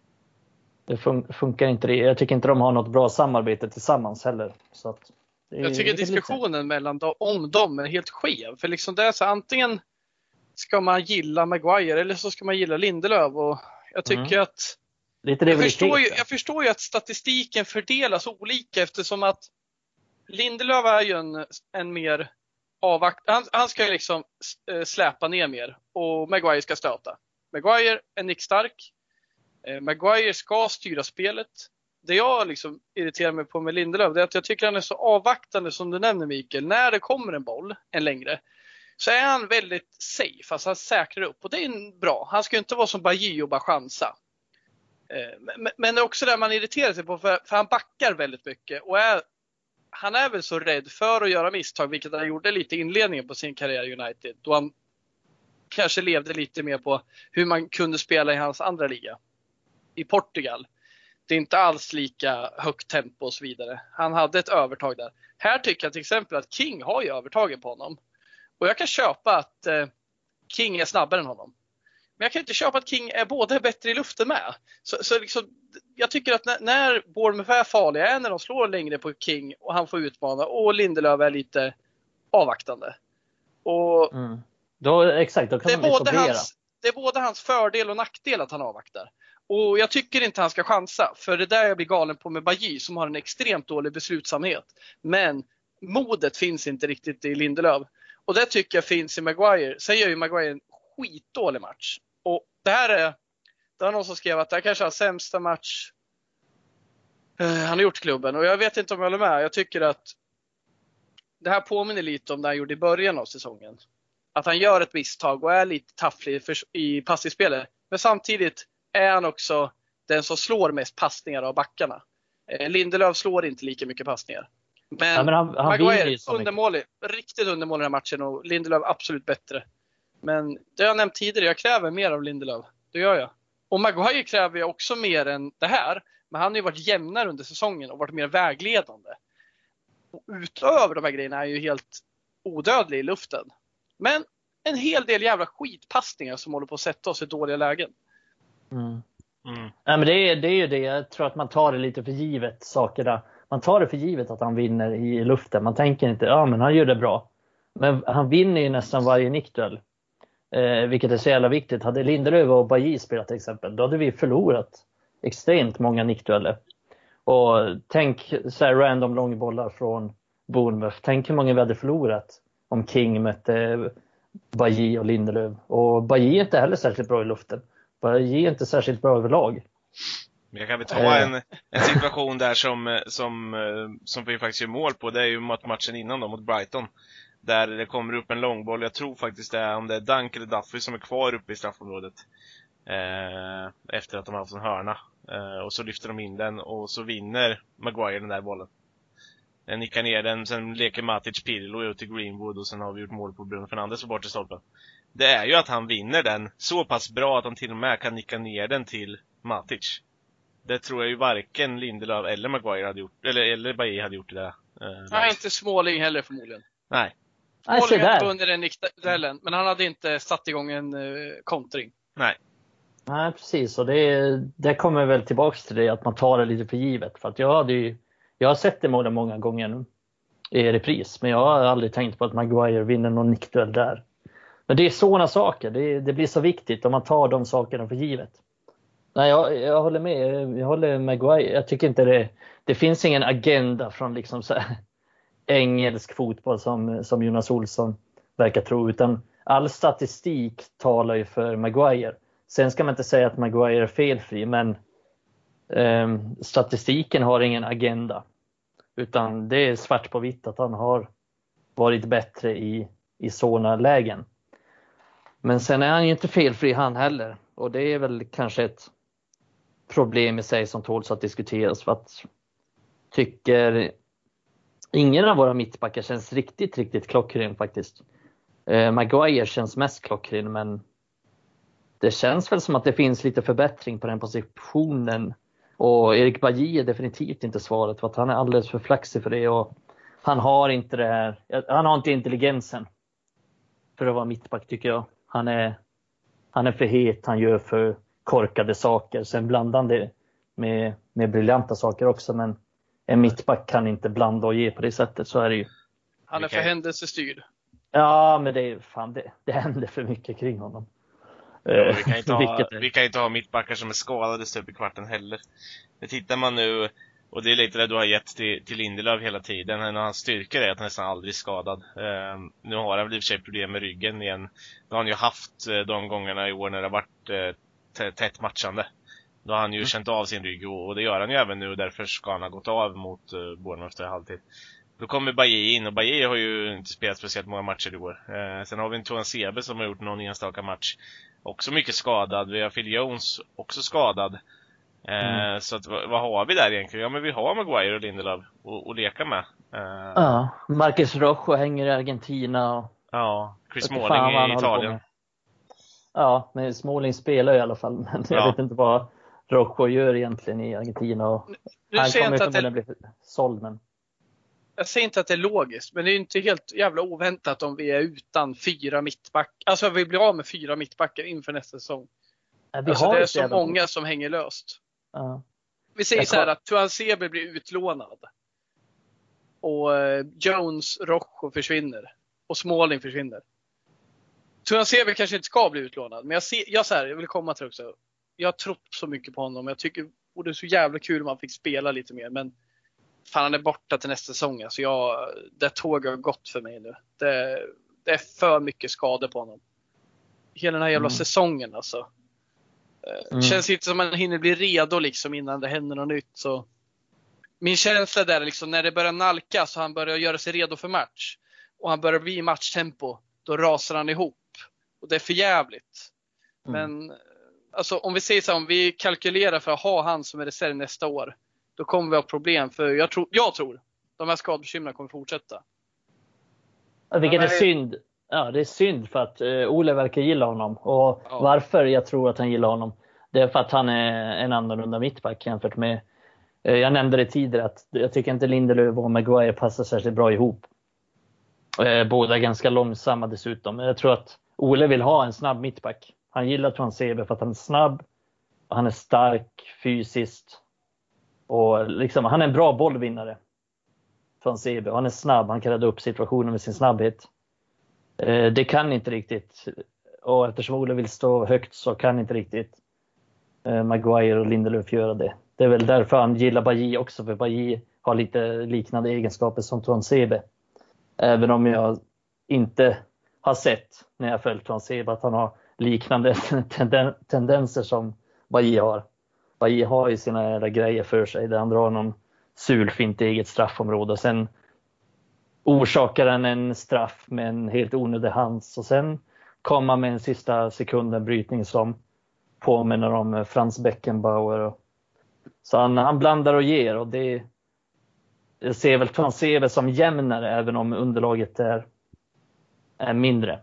funkar inte det. Jag tycker inte de har något bra samarbete tillsammans heller. Så att jag tycker diskussionen mellan om dem är helt skev. För liksom det är så antingen ska man gilla Maguire eller så ska man gilla Lindelöf. Och jag tycker att jag förstår ju att statistiken fördelas olika eftersom att Lindelöf är ju en mer han ska ju liksom släpa ner mer och Maguire ska stöta. Maguire är nickstark. Maguire ska styra spelet. Det jag liksom irriterar mig på med Lindelöf är att jag tycker han är så avvaktande som du nämner Mikael. När det kommer en boll, en längre, så är han väldigt safe. Alltså han säkrar upp och det är bra. Han ska ju inte vara som Bajy och bara chansa. Men det är också där man irriterar sig på för han backar väldigt mycket och han är väl så rädd för att göra misstag, vilket han gjorde lite i inledningen på sin karriär i United. Då han kanske levde lite mer på hur man kunde spela i hans andra liga. I Portugal. Det är inte alls lika högt tempo och så vidare. Han hade ett övertag där. Här tycker jag till exempel att King har ju övertaget på honom. Och jag kan köpa att King är snabbare än honom. Men jag kan inte köpa att King är både bättre i luften med. Så liksom, jag tycker att när Bournemouth är farliga är när de slår längre på King och han får utmana och Lindelöf är lite avvaktande. Och exakt, då kan man det är både hans fördel och nackdel att han avvaktar. Och jag tycker inte han ska chansa. För det där jag blir galen på med Bajy som har en extremt dålig beslutsamhet. Men modet finns inte riktigt i Lindelöf. Och det tycker jag finns i Maguire. Sen gör ju Maguire en skitdålig match. Och det var någon som skrev att det här kanske är sämsta match han har gjort klubben. Och jag vet inte om jag håller med. Jag tycker att det här påminner lite om det han gjorde i början av säsongen. Att han gör ett misstag och är lite tafflig i passningsspelet. Men samtidigt är han också den som slår mest passningar av backarna. Lindelöf slår inte lika mycket passningar. Men han Maguire undermålig, riktigt undermålig den här matchen och Lindelöf absolut bättre. Men det har jag nämnt tidigare, jag kräver mer av Lindelöf. Det gör jag. Och Maguire kräver jag också mer än det här. Men han har ju varit jämnare under säsongen och varit mer vägledande. Och utöver de här grejerna är ju helt odödlig i luften. Men en hel del jävla skitpassningar som håller på att sätta oss i dåliga lägen. Nej, men det är ju det. Jag tror att man tar det lite för givet, sakerna. Man tar det för givet att han vinner i luften. Man tänker inte, men han gör det bra. Men han vinner ju nästan varje nickduell. Vilket är så jävla viktigt. Hade Lindelöf och Bajy spelat till exempel, då hade vi förlorat extremt många nickdueller. Och tänk så här random långbollar från Bournemouth. Tänk hur många vi hade förlorat om King mötte Bajy och Lindelöf. Och Bajy är inte heller särskilt bra i luften. Bajy är inte särskilt bra överlag. Men jag kan väl ta en situation där som vi faktiskt gör mål på. Det är ju matchen innan då, mot Brighton. Där det kommer upp en långboll. Jag tror faktiskt det är om det är Dunk eller Duffy som är kvar uppe i straffområdet. Efter att de har haft en hörna. Och så lyfter de in den och så vinner Maguire den där bollen. Den nickar ner den, sen leker Matic Pirlo ut till Greenwood och sen har vi gjort mål på Bruno Fernandes och bort till stolpen. Det är ju att han vinner den så pass bra att han till och med kan nicka ner den till Matic. Det tror jag ju varken Lindelöf eller Maguire hade gjort, eller Bajy hade gjort det där. Nej, inte Småling heller förmodligen. Nej. Småling hade vunnit den nickduellen, men han hade inte satt igång en kontring. Nej. Nej, precis. Och det kommer väl tillbaks till det att man tar det lite för givet. För att jag har sett det många gånger nu i repris. Men jag har aldrig tänkt på att Maguire vinner någon nickduell där. Men det är sådana saker. Det blir så viktigt om man tar de sakerna för givet. Nej, jag håller med. Jag håller med Maguire. Jag tycker inte det finns ingen agenda från liksom så här engelsk fotboll som Jonas Olsson verkar tro. Utan all statistik talar ju för Maguire. Sen ska man inte säga att Maguire är felfri, men statistiken har ingen agenda. Utan det är svart på vitt att han har varit bättre i sådana lägen. Men sen är han ju inte felfri han heller. Och det är väl kanske ett problem i sig som tåls att diskuteras. För att tycker ingen av våra mittbackar känns riktigt klockren faktiskt. Maguire känns mest klockren, men det känns väl som att det finns lite förbättring på den positionen. Och Erik Bajy är definitivt inte svaret, för att han är alldeles för flaxig för det. Och han har inte det här. Han har inte intelligensen för att vara mittback, tycker jag. Han är för het, han gör för korkade saker. Sen blandar han det med briljanta saker också. Men en mittback kan inte blanda och ge på det sättet, så är det ju. Han är för händelsestyrd. Ja, men det händer för mycket kring honom. Ja, vi kan inte ha mittbackar som är skadade stup i kvarten heller. Det tittar man nu, och det är lite det du har gett till Lindelöf hela tiden. En av hans styrkor är att han nästan aldrig är skadad. Nu har han väl i och för sig problem med ryggen igen. Det har han ju haft de gångerna i år när det har varit tätt matchande. Då har han ju känt av sin rygg, och det gör han ju även nu. Därför ska han ha gått av mot Bournemouth efter halvtid. Då kommer Bajy in, och Bajy har ju inte spelat speciellt många matcher i år. Sen har vi en Toan Sebe som har gjort någon enstaka match. Också mycket skadad. Vi har Phil Jones också skadad. Så att, vad har vi där egentligen? Ja, men vi har Maguire och Lindelöf och leka med. Ja, Marcus Rojo hänger i Argentina. Och ja, Chris Smalling i Italien. Ja, men Smalling spelar i alla fall. Men jag vet inte vad Rojo gör egentligen i Argentina. Och han kommer förmodligen bli såld, men... Jag säger inte att det är logiskt, men det är inte helt jävla oväntat om vi är utan 4 mittbackar. Alltså vi blir av med 4 mittbackar inför nästa säsong. Alltså, det är så många som hänger löst. Vi säger så här att Tuanzebe blir utlånad. Och Jones, Rojo försvinner. Och Smalling försvinner. Tuanzebe kanske inte ska bli utlånad. Men jag vill komma till också. Jag har trott så mycket på honom. Jag tycker det är så jävla kul om han fick spela lite mer. Men fan, han är borta till nästa säsong. Alltså det tåget har gått för mig nu. Det är för mycket skador på honom. Hela den här jävla säsongen alltså. Känns inte som man hinner bli redo liksom innan det händer något nytt. Så min känsla där liksom, när det börjar nalkas och han börjar göra sig redo för match och han börjar bli i matchtempo, då rasar han ihop. Och det är för jävligt. Men alltså, om vi säger så, om vi kalkylerar för att ha han som är reserv nästa år, då kommer vi ha problem. För jag tror de här skadebekymren kommer fortsätta. Vilket är synd. Ja, det är synd för att Ole verkar gilla honom. Och varför jag tror att han gillar honom, det är för att han är en annorlunda mittback jämfört med... Jag nämnde det tidigare att jag tycker inte Lindelöf och Maguire passar särskilt bra ihop. Båda ganska långsamma dessutom. Jag tror att Ole vill ha en snabb mittback. Han gillar Tuanzebe för att han är snabb. Och han är stark fysiskt. Och liksom, han är en bra bollvinnare. Tuanzebe. Han är snabb. Han kan rädda upp situationen med sin snabbhet. Det kan inte riktigt. Och eftersom Ole vill stå högt så kan inte riktigt Maguire och Lindelöf göra det. Det är väl därför han gillar Bailly också. För Bailly har lite liknande egenskaper som Tuanzebe. Även om jag inte har sett när jag följt Tuanzebe att han har liknande tendenser som Bailly har. Bailly har ju sina grejer för sig. Där han drar någon sulfint i eget straffområde. Och sen orsakar han en straff med en helt onödig hands. Och sen kommer han med en sista sekunden brytning som påminner om Franz Beckenbauer. Så han blandar och ger. Och det ser väl Tuanzebe som jämnare även om underlaget är mindre.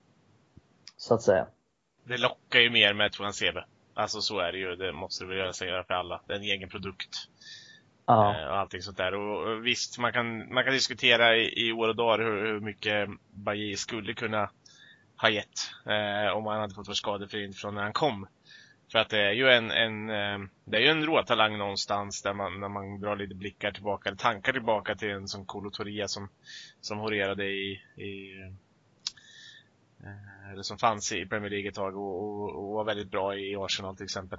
Så att säga. Det lockar ju mer med Tuanzebe. Alltså så är det ju. Det måste väl göra sig för alla. Det är en egen produkt. Och allting sånt där. Och visst, man kan diskutera i år och dagar hur mycket Bailly skulle kunna ha gett om han hade fått vara skadefri från när han kom. För att det är ju det är ju en råtalang någonstans där när man drar lite blickar tillbaka eller tankar tillbaka till en som Kolo Touré som horerade eller som fanns i Premier League ett tag och var väldigt bra i Arsenal till exempel.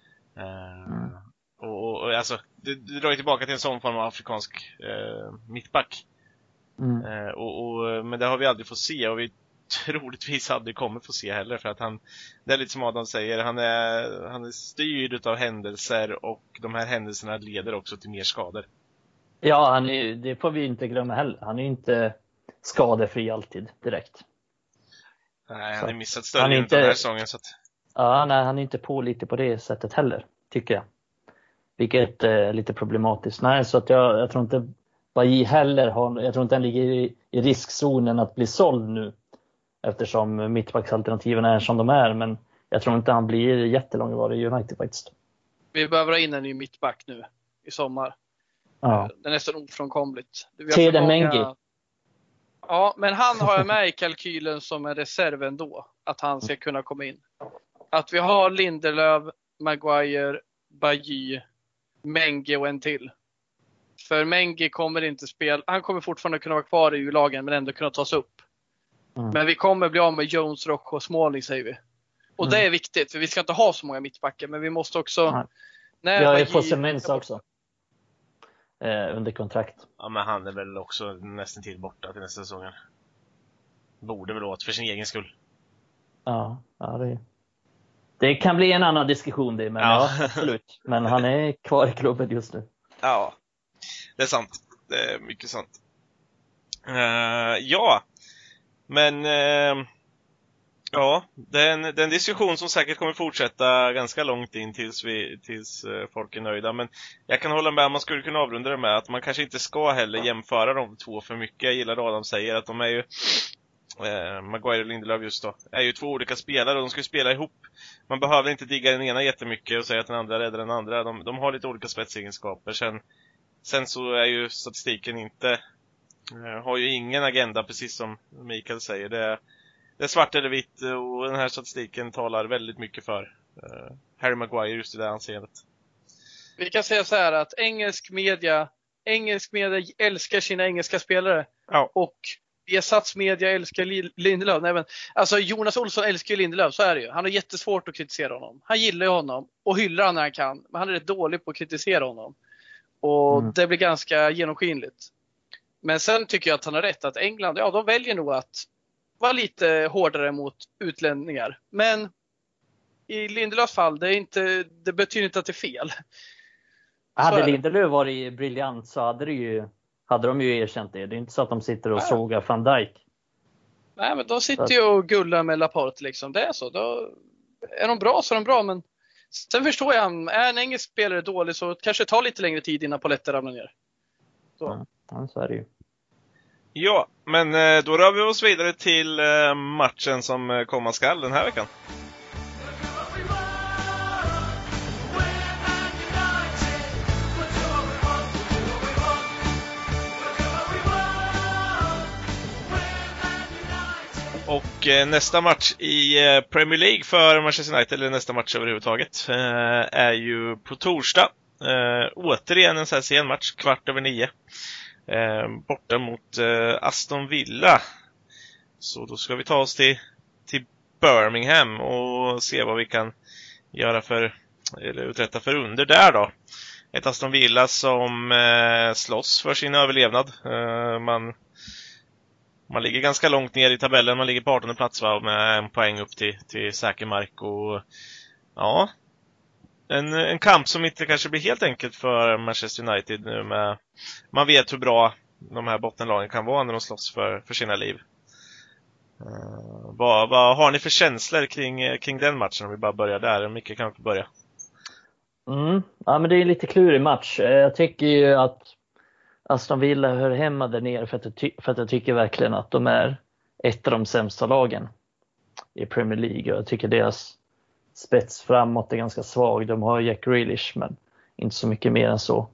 Och alltså det drar ju tillbaka till en sån form av afrikansk mittback. Men det har vi aldrig fått se och vi troligtvis aldrig kommer få se heller för att det är lite som Adam säger, han är styrd av händelser och de här händelserna leder också till mer skador. Ja, det får vi inte glömma heller. Han är inte skadefri alltid direkt. Nej, han har missat större inte den här säsongen så att... Ja, nej, han är inte på lite på det sättet heller, tycker jag. Vilket är lite problematiskt. Nej, så att jag tror inte Bailly heller jag tror inte han ligger i riskzonen att bli såld nu. Eftersom mittbacksalternativen är som de är. Men jag tror inte han blir jättelångvarig i United faktiskt. Vi behöver ha in en ny mittback nu i sommar. Ja. Det är nästan ofrånkomligt. Teden Mengi. Ja, men han har jag med i kalkylen som en reserv ändå. Att han ska kunna komma in. Att vi har Lindelöf, Maguire, Bailly, Mengi och en till. För Mengi kommer inte spela. Han kommer fortfarande kunna vara kvar i U-lagen men ändå kunna tas upp. Men vi kommer bli av med Jones, Rojo och Smalling säger vi. Och det är viktigt för vi ska inte ha så många mittbackar. Men vi måste också... Jag är på Semenza också. Under kontrakt. Ja, men han är väl också nästan till borta till nästa säsongen. Borde väl åt för sin egen skull. Ja det kan bli en annan diskussion det, men ja, absolut. Men han är kvar i klubben just nu. Ja, det är sant. Det är mycket sant. Ja, men det är en diskussion som säkert kommer fortsätta ganska långt in tills folk är nöjda. Men jag kan hålla med, man skulle kunna avrunda det med att man kanske inte ska heller jämföra de två för mycket. Jag gillar Adam säger att de är ju Maguire och Lindelöf just då, är ju två olika spelare och de ska ju spela ihop. Man behöver inte digga den ena jättemycket och säga att den andra räddar den andra. De har lite olika spetsegenskaper. Sen så är ju statistiken inte, har ju ingen agenda, precis som Mikael säger. Det är svart eller vitt och den här statistiken talar väldigt mycket för Harry Maguire just i det anseendet. Vi kan säga så här att engelsk media älskar sina engelska spelare. Ja. Och Viasats media älskar Lindelöf. Nej, men, alltså Jonas Olsson älskar ju Lindelöf, så är det ju. Han har jättesvårt att kritisera honom. Han gillar ju honom och hyllar honom när han kan. Men han är rätt dålig på att kritisera honom. Och det blir ganska genomskinligt. Men sen tycker jag att han har rätt att England, ja, de väljer nog att vara lite hårdare mot utlänningar. Men i Lindelöfs fall, det betyder inte att det är fel. Hade Lindelöf varit briljant så hade de ju erkänt det. Det är inte så att de sitter och sågar Van Dijk. Nej, men de sitter ju och gullar med Laporte liksom. Det är så. Då är de bra så är de bra, men sen förstår jag, är en engelsk spelare dålig så kanske det tar lite längre tid innan Poletter ramlar ner. Så. Ja, så är det ju. Ja, men då rör vi oss vidare till matchen som komma skall den här veckan. Och nästa match i Premier League för Manchester United, eller nästa match överhuvudtaget, är ju på torsdag. Återigen en sån här sen match, 8:15. Borta mot Aston Villa. Så då ska vi ta oss till Birmingham och se vad vi kan göra eller uträtta för under där då. Ett Aston Villa som slåss för sin överlevnad. Man ligger ganska långt ner i tabellen. Man ligger på 18:e plats, va, med en poäng upp till säker mark. Och ja, en kamp som inte kanske blir helt enkelt för Manchester United nu. Man vet hur bra de här bottenlagen kan vara när de slåss för sina liv. Vad har ni för känslor kring den matchen, om vi bara börjar där? Micke kan få börja. Ja, men det är en lite klurig match. Jag tycker ju att Aston Villa hör hemma där nere för att jag tycker verkligen att de är ett av de sämsta lagen i Premier League. Och jag tycker deras spets framåt är ganska svag. De har Jack Grealish, men inte så mycket mer än så.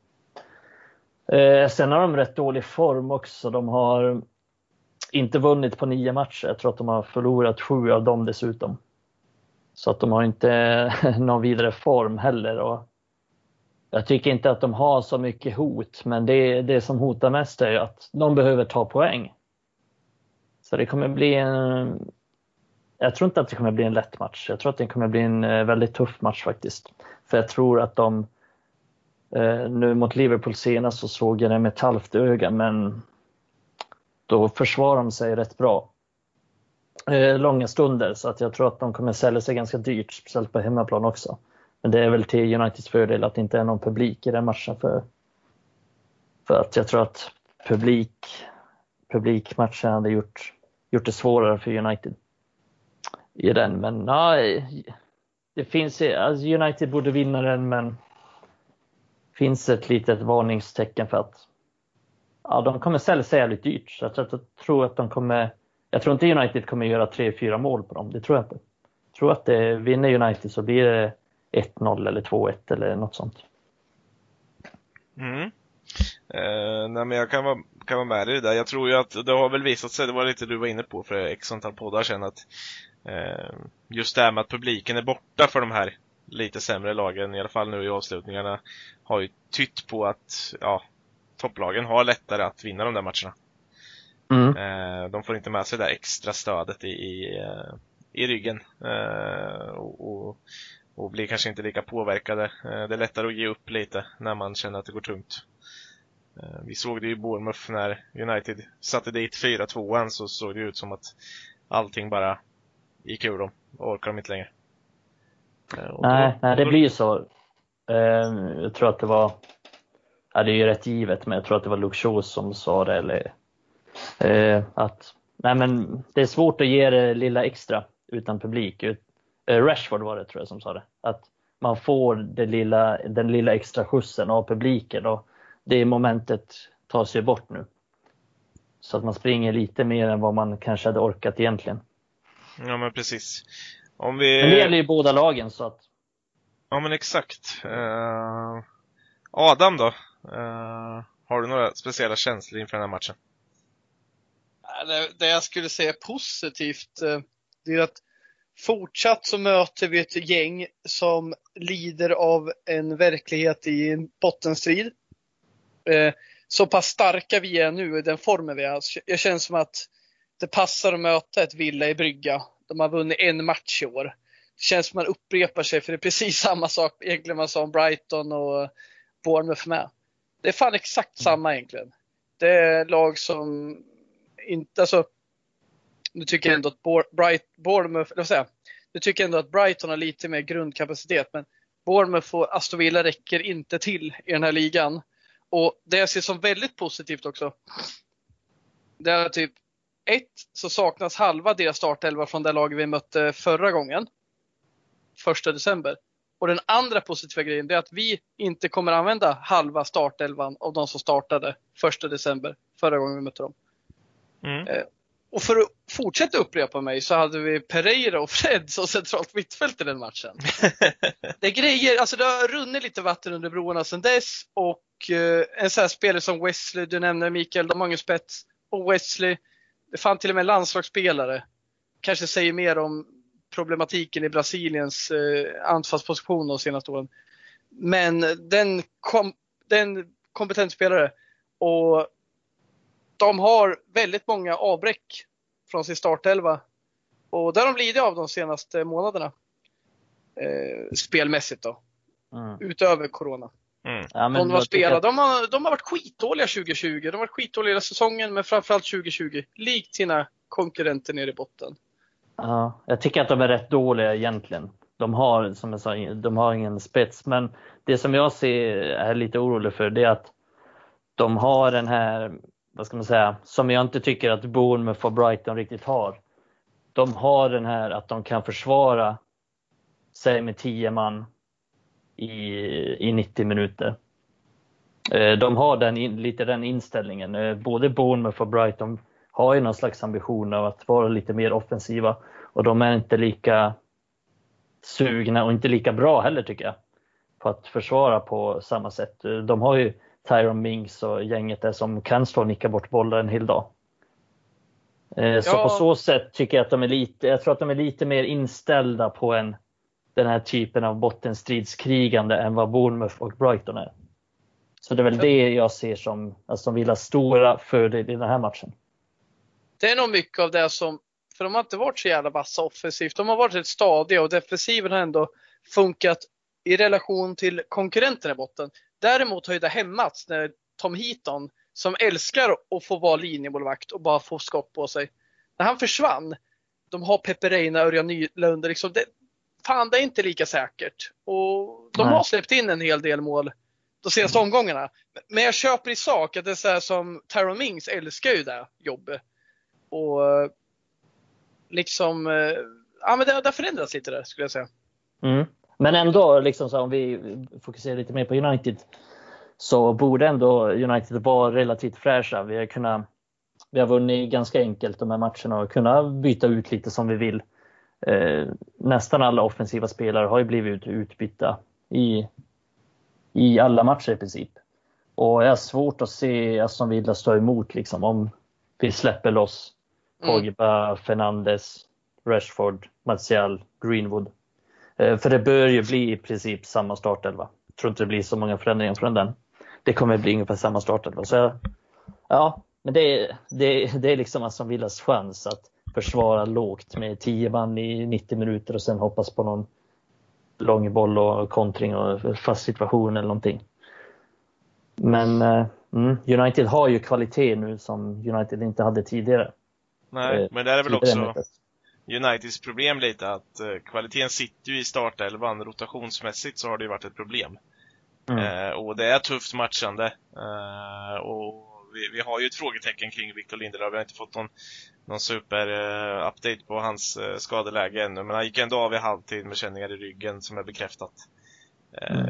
Sen har de rätt dålig form också. De har inte vunnit på 9 matcher. Jag tror att de har förlorat 7 av dem dessutom. Så att de har inte någon vidare form heller. Och jag tycker inte att de har så mycket hot. Men det som hotar mest är att de behöver ta poäng. Så det kommer bli jag tror inte att det kommer bli en lätt match. Jag tror att det kommer bli en väldigt tuff match faktiskt. För jag tror att de nu mot Liverpool senast så såg jag det med ett halvt öga. Men då försvarar de sig rätt bra. Långa stunder. Så att jag tror att de kommer sälja sig ganska dyrt. Speciellt på hemmaplan också. Men det är väl till Uniteds fördel att det inte är någon publik i den matchen. För att jag tror att publikmatchen hade gjort det svårare för United i den. Men nej, det finns, alltså United borde vinna den, men finns ett litet varningstecken för att de kommer sälja sig jävligt dyrt. Så jag tror att jag tror inte United kommer göra 3-4 mål på dem. Det tror jag inte. Jag tror att vinner United så blir det 1-0 eller 2-1 eller något sånt. Nej, men jag kan vara med dig där. Jag tror ju att det har väl visat sig, det var lite du var inne på för x antal poddar sedan, att just det här med att publiken är borta för de här lite sämre lagen, i alla fall nu i avslutningarna, har ju tytt på att topplagen har lättare att vinna de där matcherna. De får inte med sig det där extra stödet i ryggen och blir kanske inte lika påverkade. Det är lättare att ge upp lite när man känner att det går tungt. Vi såg det i Bournemouth när United satte dit 4-2, så såg det ut som att allting bara gick ur dem och orkar de inte längre. Nej, det blir ju så. Jag tror att det var, det är ju rätt givet, men jag tror att det var Luke Shaw som sa det, eller att men det är svårt att ge det lilla extra utan publik. Rashford var det, tror jag, som sa det, att man får den lilla extra skjutsen av publiken, och det momentet tas ju bort nu. Så att man springer lite mer än vad man kanske hade orkat egentligen. Ja, men precis. Men det gäller ju båda lagen så att... Ja, men exakt. Adam då? Har du några speciella känslor inför den här matchen? Det jag skulle säga positivt, det är att fortsatt så möter vi ett gäng som lider av en verklighet i en bottenstrid. Så pass starka vi är nu i den formen vi är. Jag känner som att det passar att möta ett Villa i Brygga. De har vunnit en match i år. Det känns som att man upprepar sig, för det är precis samma sak egentligen man sa om Brighton och Bournemouth med. Det är fan exakt samma egentligen. Det är lag som inte, alltså, nu tycker jag ändå att Bournemouth, nu tycker jag ändå att Brighton har lite mer grundkapacitet, men Bournemouth och Aston Villa räcker inte till i den här ligan. Och det jag ser som väldigt positivt också, det är typ så saknas halva deras startelva från det laget vi mötte förra gången, 1 december. Och den andra positiva grejen är att vi inte kommer använda halva startelvan av de som startade 1 december förra gången vi mötte dem. Och för att fortsätta upprepa mig så hade vi Pereira och Fred som centralt mittfält i den matchen. Det är grejer, alltså det har runnit lite vatten under broarna sedan dess. Och en sån här spelare som Wesley, du nämner Mikael, de har ingen spets. Och Wesley, det fann till och med en landslagsspelare. Kanske säger mer om problematiken i Brasiliens anfallsposition de senaste åren. Men den kompetent spelare, och de har väldigt många avbräck från sin startelva. Och där har de lidit av de senaste månaderna. Spelmässigt då. Utöver corona. Ja, men de har varit skitdåliga 2020. De har varit skitdåliga hela säsongen, men framförallt 2020. Likt sina konkurrenter nere i botten. Ja, jag tycker att de är rätt dåliga egentligen. De har, som jag sa, de har ingen spets. Men det som jag ser är lite orolig för, det är att de har den här, vad ska man säga, som jag inte tycker att Bournemouth och Brighton riktigt har. De har den här att de kan försvara sig med 10 man i 90 minuter. De har lite den inställningen. Både Bournemouth och Brighton har ju någon slags ambition av att vara lite mer offensiva. Och de är inte lika sugna och inte lika bra heller, tycker jag, på att försvara på samma sätt. De har ju Tyrone Mings och gänget där som kan stå och nicka bort bollar en hel dag. Så på så sätt tycker jag att jag tror att de är lite mer inställda på den här typen av bottenstridskrigande än vad Bournemouth och Brighton är. Så det är väl det jag ser som att de vill ha stora fördel i den här matchen. Det är nog mycket av det som, för de har inte varit så jävla vassa offensivt. De har varit rätt stadiga och defensiven har ändå funkat i relation till konkurrenterna i botten. Däremot har ju det hämmats när Tom Heaton, som älskar att få vara linjemålvakt och bara få skott på sig, när han försvann, de har Pepe Reina, Örjan Nylund, liksom det är inte lika säkert. Och de har släppt in en hel del mål de senaste omgångarna. Men jag köper i sak att det är så här som Tyrone Mings älskar ju det jobbet. Och liksom, men det har förändrats lite där, skulle jag säga. Men ändå, liksom så, om vi fokuserar lite mer på United, så borde ändå United vara relativt fräscha. Vi har vunnit ganska enkelt de här matcherna och kunnat byta ut lite som vi vill. Nästan alla offensiva spelare har ju blivit utbytta i alla matcher i princip. Och jag har svårt att se Aston Villa stå emot, liksom, om vi släpper loss Pogba, Fernandes, Rashford, Martial, Greenwood. För det bör ju bli i princip samma startelva. Jag tror inte det blir så många förändringar från den. Det kommer bli ungefär samma startelva. Så ja, men det är liksom Aston Villas chans att försvara lågt med 10 man i 90 minuter och sen hoppas på någon lång boll och kontring och fast situation eller någonting. Men United har ju kvalitet nu som United inte hade tidigare. Nej, men det är väl också Uniteds problem lite att kvaliteten sitter ju i startelvan. Rotationsmässigt så har det ju varit ett problem. Och det är tufft matchande. Och vi har ju ett frågetecken kring Victor Lindelöf. Vi har inte fått någon super update på hans skadeläge ännu. Men han gick ändå av i halvtid med känningar i ryggen som är bekräftat.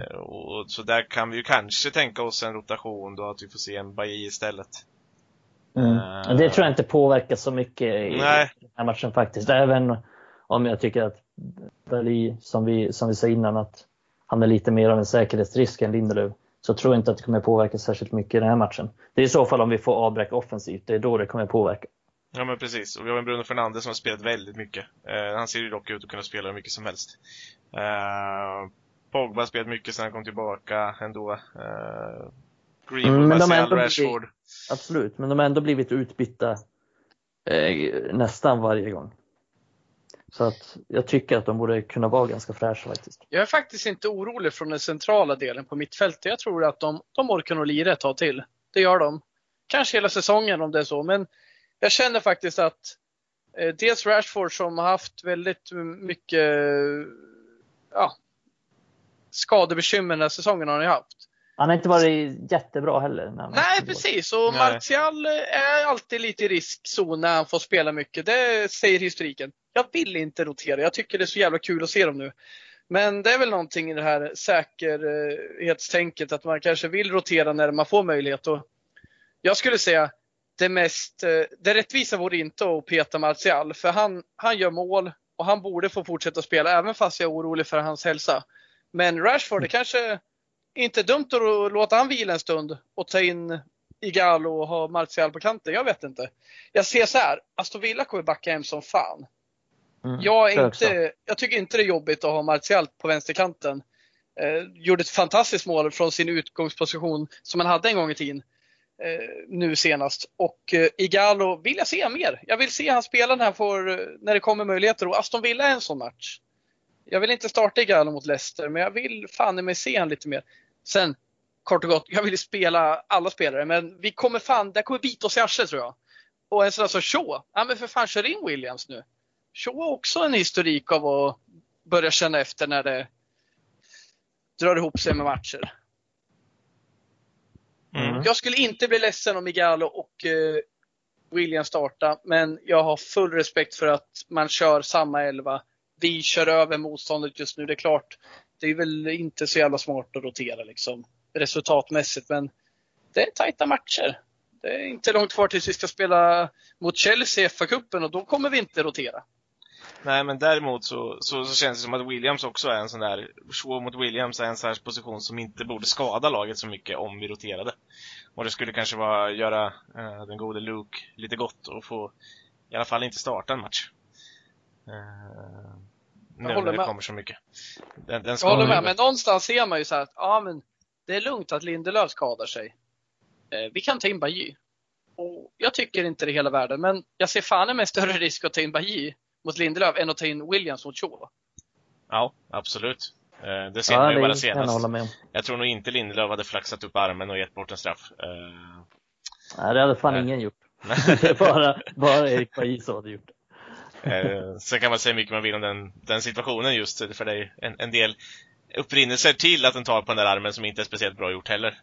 Och så där kan vi ju kanske tänka oss en rotation då, att vi får se en Bailly istället. Det tror jag inte påverkar så mycket i den här matchen faktiskt. Även om jag tycker att Dali, som vi sa innan, att han är lite mer av en säkerhetsrisk än Lindelöf, så tror jag inte att det kommer påverka särskilt mycket i den här matchen. Det är i så fall om vi får avbräck offensivt, det är då det kommer påverka. Ja, men precis. Och vi har en Bruno Fernandes som har spelat väldigt mycket. Han ser ju dock ut att kunna spela hur mycket som helst. Pogba har spelat mycket sedan han kom tillbaka ändå. Greenwood, Martial, Rashford. Absolut, men de har ändå blivit utbytta nästan varje gång. Så att jag tycker att de borde kunna vara ganska fräscha faktiskt. Jag är faktiskt inte orolig från den centrala delen på mittfältet. Jag tror att de orkar nog lira ett tag till. Det gör de. Kanske hela säsongen om det är så. Men jag känner faktiskt att dels Rashford som har haft väldigt mycket skadebekymmer den här säsongen har han haft. Han har inte varit jättebra heller. Nej, precis. Och Martial är alltid lite i riskzon när han får spela mycket. Det säger historiken. Jag vill inte rotera. Jag tycker det är så jävla kul att se dem nu. Men det är väl någonting i det här säkerhetstänket att man kanske vill rotera när man får möjlighet. Och jag skulle säga det rättvisa vore inte att peta Martial. För han gör mål och han borde få fortsätta spela även fast jag är orolig för hans hälsa. Men Rashford är kanske inte dumt att låta han vila en stund och ta in Igalo och ha Martial på kanten. Jag vet inte. Jag ser så här. Aston Villa kommer backa hem som fan. Jag tycker inte det är jobbigt att ha Martial på vänsterkanten. Gjorde ett fantastiskt mål från sin utgångsposition som han hade en gång i tiden. Nu senast. Och Igalo vill jag se mer. Jag vill se han spela när det kommer möjligheter. Och Aston Villa är en sån match. Jag vill inte starta Igalo mot Leicester, men jag vill fan med se han lite mer. Sen, kort och gott, jag vill spela alla spelare, men det kommer bita oss i arslet tror jag. Och en sån som Shaw, men för fan kör in Williams nu. Shaw har också en historik av att börja känna efter när det drar ihop sig med matcher. Jag skulle inte bli ledsen om Igalo och Williams starta, men jag har full respekt för att man kör samma 11. Vi kör över motståndet just nu, det är klart. Det är väl inte så jävla smart att rotera liksom, resultatmässigt, men det är tajta matcher. Det är inte långt kvar tills vi ska spela mot Chelsea i FA-cupen och då kommer vi inte rotera. Nej, men däremot så känns det som att Williams också är en sån där, Shaw mot Williams är en sån här position som inte borde skada laget så mycket om vi roterade. Och det skulle kanske göra den gode Luke lite gott och få i alla fall inte starta en match. Nu när det kommer så mycket. Jag håller med, men någonstans ser man ju så här att men det är lugnt att Lindelöf skadar sig. Vi kan ta in Bailly. Och jag tycker inte det hela världen, men jag ser fan med större risk att ta in Bailly mot Lindelöf än att ta in Williams mot Shaw. Ja, absolut. Det ser man ju bara senast. Jag tror nog inte Lindelöf hade flaxat upp armen och gett bort en straff. Nej, det hade fan ingen gjort. Det är bara Erik Bailly som hade gjort det. Sen kan man säga mycket man vill om den situationen, just för det är en del upprinnelser till att den tar på den där armen som inte är speciellt bra gjort heller.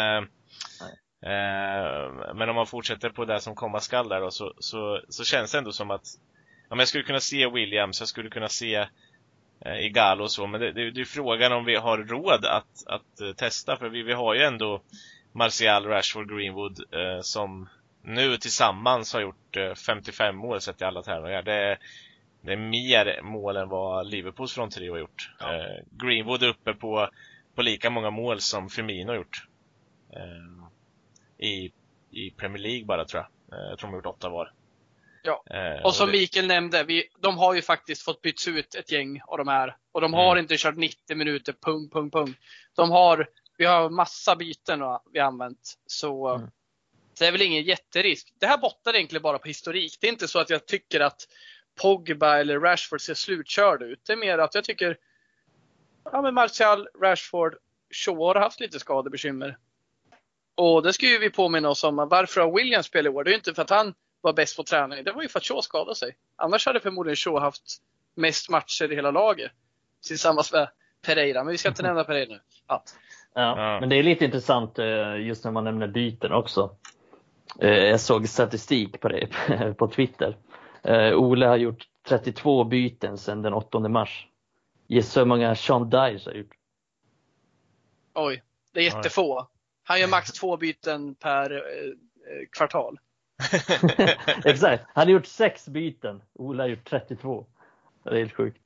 Men om man fortsätter på det som komma skall där då, så känns det ändå som att jag skulle kunna se Williams, jag skulle kunna se Igalo och så, men det är frågan om vi har råd att testa, för vi har ju ändå Martial, Rashford, Greenwood som nu tillsammans har gjort 55 mål sett i alla tävlingar. Det är mer mål än vad Liverpools från trio har gjort. Greenwood är uppe på lika många mål som Firmino har gjort i Premier League bara, tror jag. Jag tror de har gjort 8 var. Ja. Och som Mikael nämnde, de har ju faktiskt fått byts ut ett gäng av de här. Och de har inte kört 90 minuter, vi har massa byten vi har använt. Så det är väl ingen jätterisk. Det här bottnar egentligen bara på historik. Det är inte så att jag tycker att Pogba eller Rashford ser slutkörda ut. Det är mer att jag tycker men Martial, Rashford, Shaw har haft lite skadebekymmer. Och det ska ju vi påminna oss om. Varför har William spelat i år? Det är ju inte för att han var bäst på träning. Det var ju för att Shaw skadade sig. Annars hade förmodligen Shaw haft mest matcher i hela laget tillsammans med Pereira. Men vi ska inte nämna Pereira nu. Ja, men det är lite intressant just när man nämner byten också. Jag såg statistik på det på Twitter. Ole har gjort 32 byten sedan den 8 mars. Gissa hur många Sean Dyche har gjort? Oj, det är jättefå. Han gör max 2 byten per kvartal. Exakt. Han har gjort 6 byten. Ola har gjort 32. Det är helt sjukt.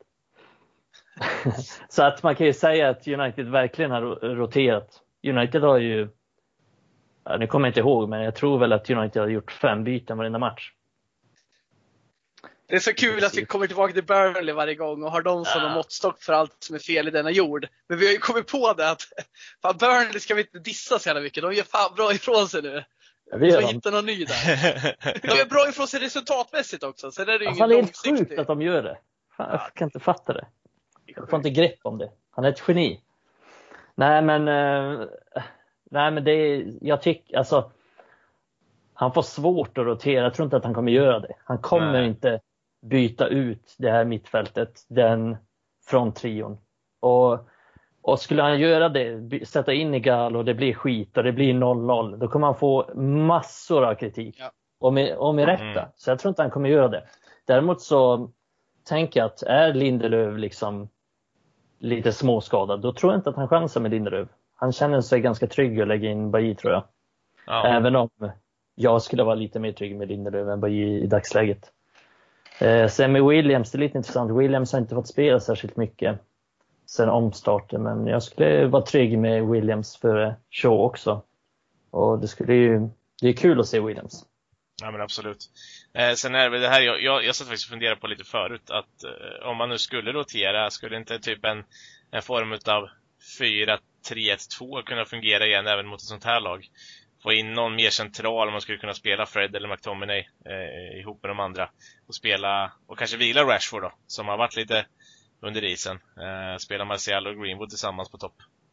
Så att man kan ju säga att United verkligen har roterat. United har ju, nu kommer jag inte ihåg, men jag tror väl att United har gjort 5 byten varenda match. Det är så kul att vi kommer tillbaka till Burnley varje gång och har dem som en måttstock för allt som är fel i denna jord. Men vi har ju kommit på det att fan, Burnley ska vi inte dissa så jävla mycket. De gör fan bra ifrån sig nu. Vi får hitta någon ny där. De gör bra ifrån sig resultatmässigt också. Så det är ju ingen långsiktigt. Det är helt sjukt att de gör det. Fan, jag kan inte fatta det. Jag får inte grepp om det. Han är ett geni. Nej men det är, jag tycker alltså han får svårt att rotera. Jag tror inte att han kommer göra det. Han kommer inte byta ut det här mittfältet, den från trion. Och skulle han göra det, sätta in i Gal och det blir skit och det blir 0-0, då kommer han få massor av kritik. Ja. Och med rätta. Så jag tror inte han kommer göra det. Däremot så tänker jag att är Lindelöf liksom lite småskadad, då tror jag inte att han chansar med Lindelöf. Han känner sig ganska trygg att lägga in Bailly, tror jag. Ja. Även om jag skulle vara lite mer trygg med Lindelöf än Bailly i dagsläget. Sen med Williams, det är lite intressant. Williams har inte fått spela särskilt mycket sen omstarten, men jag skulle vara trygg med Williams för Shaw också. Och det är kul att se Williams. Ja, men absolut. Sen är det här, jag satt faktiskt och funderade på lite förut att om man nu skulle rotera, skulle inte typ en form av 4-3-1-2 kunna fungera igen även mot ett sånt här lag? Få in någon mer central, om man skulle kunna spela Fred eller McTominay ihop med de andra och spela, och kanske vila Rashford då, som har varit lite under isen. Spela Martial och Greenwood tillsammans på topp.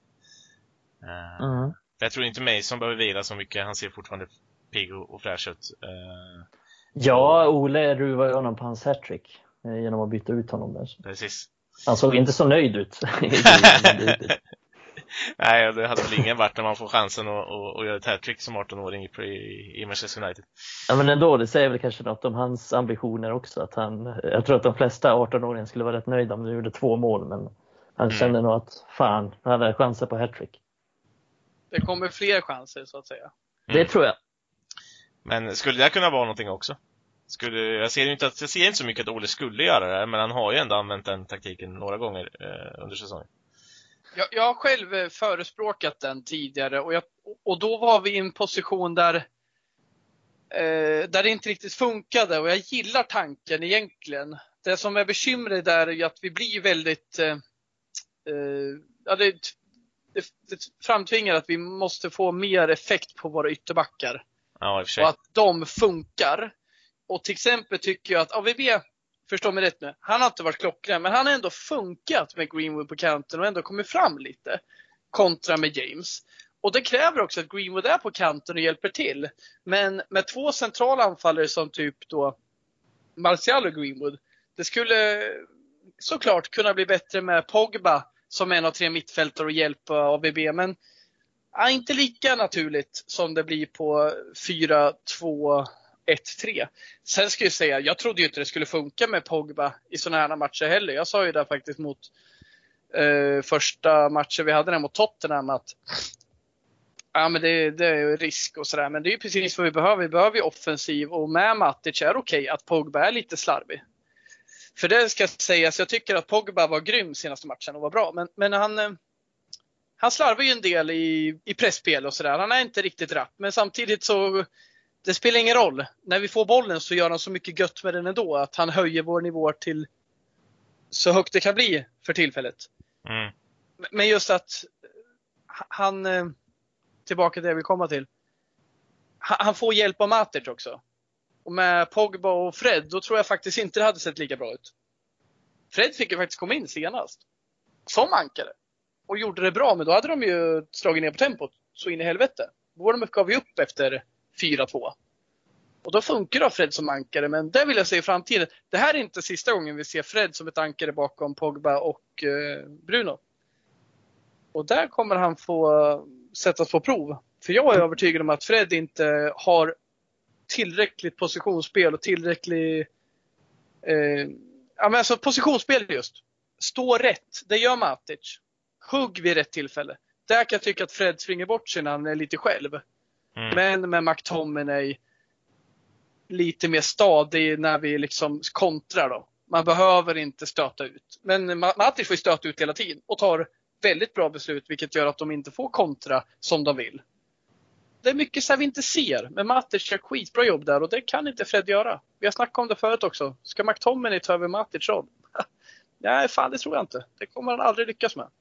Jag tror inte Mason behöver vila så mycket. Han ser fortfarande pigg och fräsch ut. Ja, Ole ruvar honom på hans hattrick genom att byta ut honom där. Precis. Han såg inte så nöjd ut. Nej, det hade väl ingen varit när man får chansen att göra ett hattrick som 18-åring i Manchester United. Ja, men ändå, det säger väl kanske något om hans ambitioner också. Att jag tror att de flesta 18-åringar skulle vara rätt nöjda om de gjorde 2 mål. Men han kände nog att fan, han hade chanser på hattrick. Det kommer fler chanser så att säga. Det tror jag. Men skulle det kunna vara någonting också? Jag ser inte så mycket att Ole skulle göra det, men han har ju ändå använt den taktiken några gånger under säsongen. Jag har själv förespråkat den tidigare och då var vi i en position där det inte riktigt funkade, och jag gillar tanken egentligen. Det som är bekymret där är ju att vi blir väldigt det framtvingar att vi måste få mer effekt på våra ytterbackar. Ja, i och för sig. Och att de funkar. Och till exempel tycker jag att AVB, förstår mig rätt nu, han har inte varit klockren, men han har ändå funkat med Greenwood på kanten och ändå kommit fram lite kontra med James. Och det kräver också att Greenwood är på kanten och hjälper till. Men med 2 centrala anfallare som typ då Martial och Greenwood, det skulle såklart kunna bli bättre med Pogba som en av 3 mittfältare och hjälpa AVB, men inte lika naturligt som det blir på 4-2-1-3. Sen ska jag säga, jag trodde ju inte det skulle funka med Pogba i såna här matcher heller. Jag sa ju där faktiskt mot första matchen vi hade där mot Tottenham att ja, men det är risk och sådär. Men det är ju precis vad vi behöver. Vi behöver ju offensiv, och med Matic är okej att Pogba är lite slarvig. För det ska sägas, jag tycker att Pogba var grym senaste matchen och var bra. Men han slarvar ju en del i pressspel och sådär. Han är inte riktigt rapp. Men samtidigt så, det spelar ingen roll. När vi får bollen så gör han så mycket gött med den ändå, att han höjer vår nivå till så högt det kan bli för tillfället. Men just att han, tillbaka till det jag vill komma till, han får hjälp av Matic också. Och med Pogba och Fred, då tror jag faktiskt inte det hade sett lika bra ut. Fred fick ju faktiskt komma in senast som ankare och gjorde det bra, men då hade de ju slagit ner på tempot så in i helvete. Då gav vi upp efter 4-2. Och då funkar det Fred som ankare, men det vill jag se i framtiden. Det här är inte sista gången vi ser Fred som ett ankare bakom Pogba och Bruno. Och där kommer han få sättas på prov. För jag är övertygad om att Fred inte har tillräckligt positionsspel och tillräckligt alltså positionsspel just. Stå rätt, det gör Matic. Hugg vid rätt tillfälle. Där kan jag tycka att Fred springer bort sig när han är lite själv. Men med McTominay, lite mer stadig när vi liksom kontrar då. Man behöver inte stöta ut. Men Matic får ju stöta ut hela tiden och tar väldigt bra beslut, vilket gör att de inte får kontra som de vill. Det är mycket så här vi inte ser, men Matic gör skitbra jobb där och det kan inte Fred göra. Vi har snackat om det förut också. Ska McTominay ta över Matic roll? Nej, fan det tror jag inte. Det kommer han aldrig lyckas med.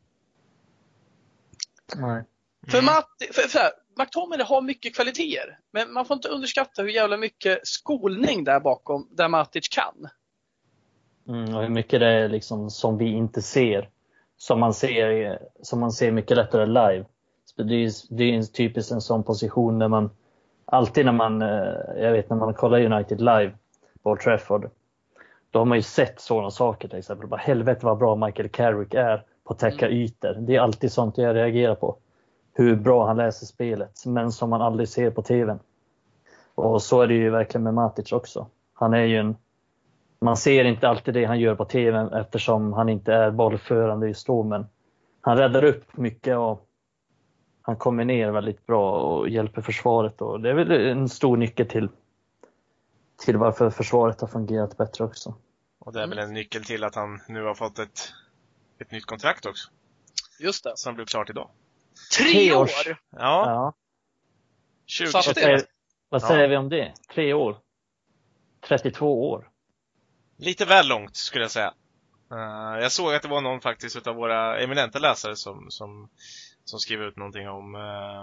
Nej. För McTominay har mycket kvaliteter, men man får inte underskatta hur jävla mycket skolning där bakom där Matic kan. Och hur mycket det är liksom som vi inte ser. Som man ser mycket lättare live. Det är typiskt en sån position där man alltid när man kollar United live på Old Trafford, då har man ju sett sådana saker, till exempel bara helvete vad bra Michael Carrick är på att täcka ytor. Det är alltid sånt jag reagerar på. Hur bra han läser spelet, men som man aldrig ser på tvn. Och så är det ju verkligen med Matic också. Han är ju man ser inte alltid det han gör på tvn eftersom han inte är bollförande i stå, men han räddar upp mycket och han kommer ner väldigt bra och hjälper försvaret. Och det är väl en stor nyckel till varför försvaret har fungerat bättre också. Och det är väl en nyckel till att han nu har fått ett nytt kontrakt också. Just det. Som blev klart idag. 3 år! Ja. 20. Vad säger vi om det? 3 år. 32 år. Lite väl långt skulle jag säga. Jag såg att det var någon faktiskt utav våra eminenta läsare som skrev ut någonting om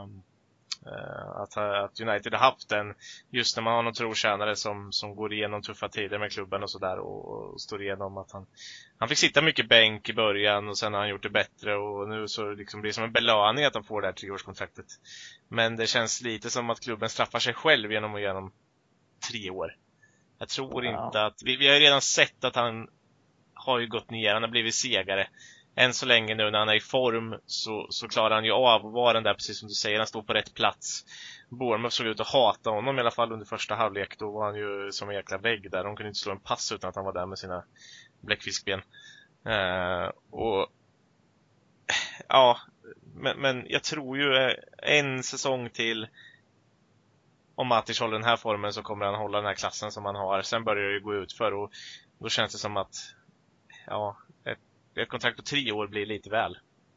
att United har haft en, just när man har någon trotjänare som går igenom tuffa tider med klubben och sådär och står igenom att han fick sitta mycket bänk i början och sen har han gjort det bättre och nu så liksom blir det som en belöning att han får det här 3-årskontraktet. Men det känns lite som att klubben straffar sig själv genom att ge honom 3 år. Jag tror inte att vi har ju redan sett att han har ju gått ner, han har blivit segare. Än så länge nu när han är i form så klarar han ju av att vara den där, precis som du säger, han står på rätt plats. Bournemouth såg ut att hata honom i alla fall under första halvlek. Då var han ju som en jäkla vägg där. De kunde inte slå en pass utan att han var där med sina bläckfiskben. Men jag tror ju en säsong till, om Matic håller den här formen, så kommer han hålla den här klassen som han har. Sen börjar det ju gå ut för och då känns det som att ett kontrakt på 3 år blir lite väl.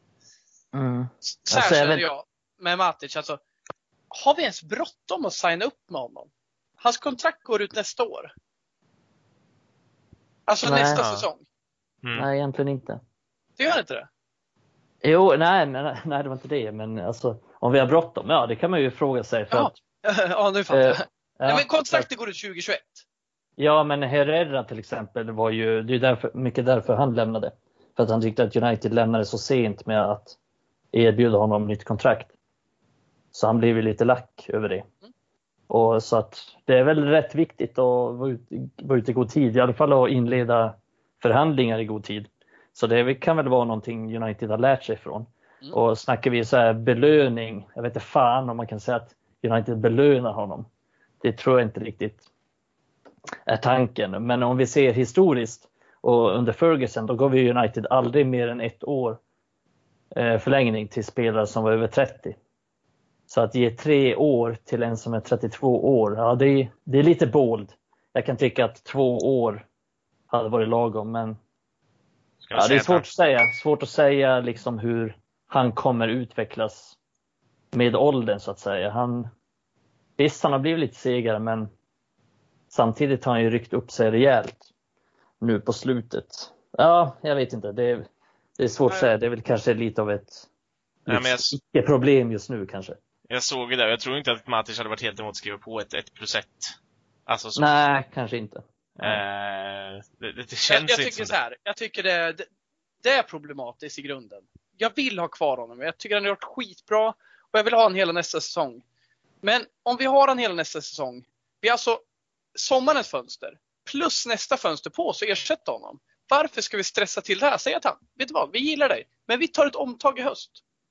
Så här känner jag med Matic. Alltså, har vi ens bråttom att signa upp med honom? Hans kontrakt går ut nästa år. Alltså nästa säsong. Nej, egentligen inte. Det gör inte det? Jo, nej, det var inte det. Men alltså, om vi har bråttom, det kan man ju fråga sig. För ja, nu fattar jag. Nej, men kontraktet går ut 2021. Ja, men Herrera till exempel var ju, det är mycket därför han lämnade. För att han tyckte att United lämnade så sent med att erbjuda honom nytt kontrakt. Så han blev lite lack över det. Och så att det är väl rätt viktigt att vara ute i god tid. I alla fall att inleda förhandlingar i god tid. Så det kan väl vara någonting United har lärt sig från. Och snackar vi så här belöning. Jag vet inte fan om man kan säga att United belönar honom. Det tror jag inte riktigt är tanken. Men om vi ser historiskt och under Ferguson, då gav vi United aldrig mer än 1 år förlängning till spelare som var över 30. Så att ge 3 år till en som är 32 år, det är lite bold. Jag kan tycka att 2 år hade varit lagom, men det är svårt att säga liksom hur han kommer utvecklas med åldern så att säga. Visst, han har blivit lite segare, men samtidigt har han ju ryckt upp sig rejält nu på slutet. Ja, jag vet inte. Det är svårt att säga. Det är väl kanske lite av ett problem just nu kanske. Jag såg det där. Jag tror inte att Matic hade varit helt emot att skriva på ett +1. Alltså så. Nej, kanske inte. Det känns jag tycker så här. Jag tycker det är problematiskt i grunden. Jag vill ha kvar honom. Jag tycker han har gjort skitbra. Och jag vill ha han hela nästa säsong. Men om vi har han hela nästa säsong. Vi har alltså sommarens fönster plus nästa fönster på så ersätta honom. Varför ska vi stressa till det här? Säg att han, vet du vad, vi gillar dig. Men vi tar ett omtag i höst.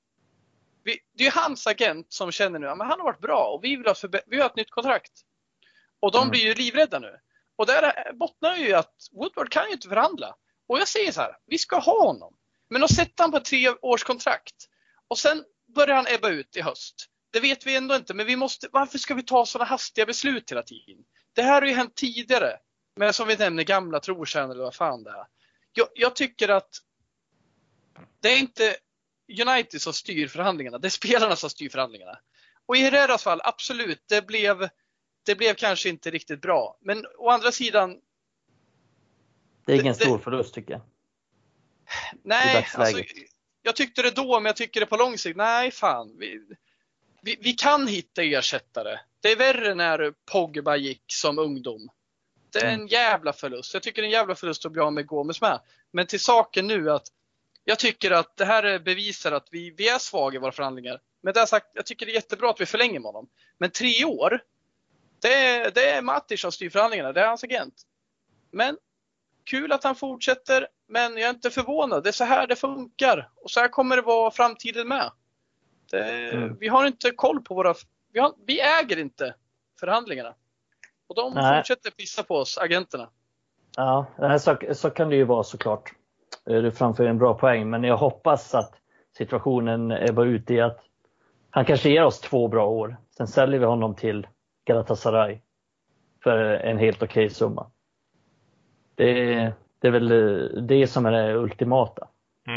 Det är ju hans agent som känner nu, men han har varit bra och vi vill ha ett nytt kontrakt. Och de blir ju livrädda nu. Och där bottnar ju att Woodward kan ju inte förhandla. Och jag säger så här, vi ska ha honom. Men att sätta han på 3 års kontrakt och sen börjar han ebba ut i höst. Det vet vi ändå inte, men varför ska vi ta sådana hastiga beslut hela tiden? Det här har ju hänt tidigare, men som vi nämner gamla trotjänare eller vad fan det är. Jag tycker att det är inte United som styr förhandlingarna, det är spelarna som styr förhandlingarna. Och i Herreras fall, absolut, det blev kanske inte riktigt bra. Men å andra sidan... Det är ingen stor förlust tycker jag. Nej, alltså, jag tyckte det då, men jag tycker det på lång sikt. Nej, fan. Vi kan hitta ersättare. Det är värre när Pogba gick som ungdom. Det är en jävla förlust. Jag tycker det är en jävla förlust att bli av med Gomes med. Men till saken nu att jag tycker att det här bevisar att vi är svaga i våra förhandlingar. Men det har sagt, jag tycker det är jättebra att vi förlänger med honom. Men 3 år, det är Matic som styr förhandlingarna. Det är hans agent. Men kul att han fortsätter. Men jag är inte förvånad. Det är så här det funkar. Och så här kommer det vara framtiden med. Vi har inte koll på vi äger inte förhandlingarna. Och de fortsätter pissa på oss, agenterna. Ja, så kan det ju vara såklart. Du framför en bra poäng. Men jag hoppas att situationen är bara ute i att han kanske ger oss 2 bra år. Sen säljer vi honom till Galatasaray för en helt okej summa. Det är väl det som är det ultimata.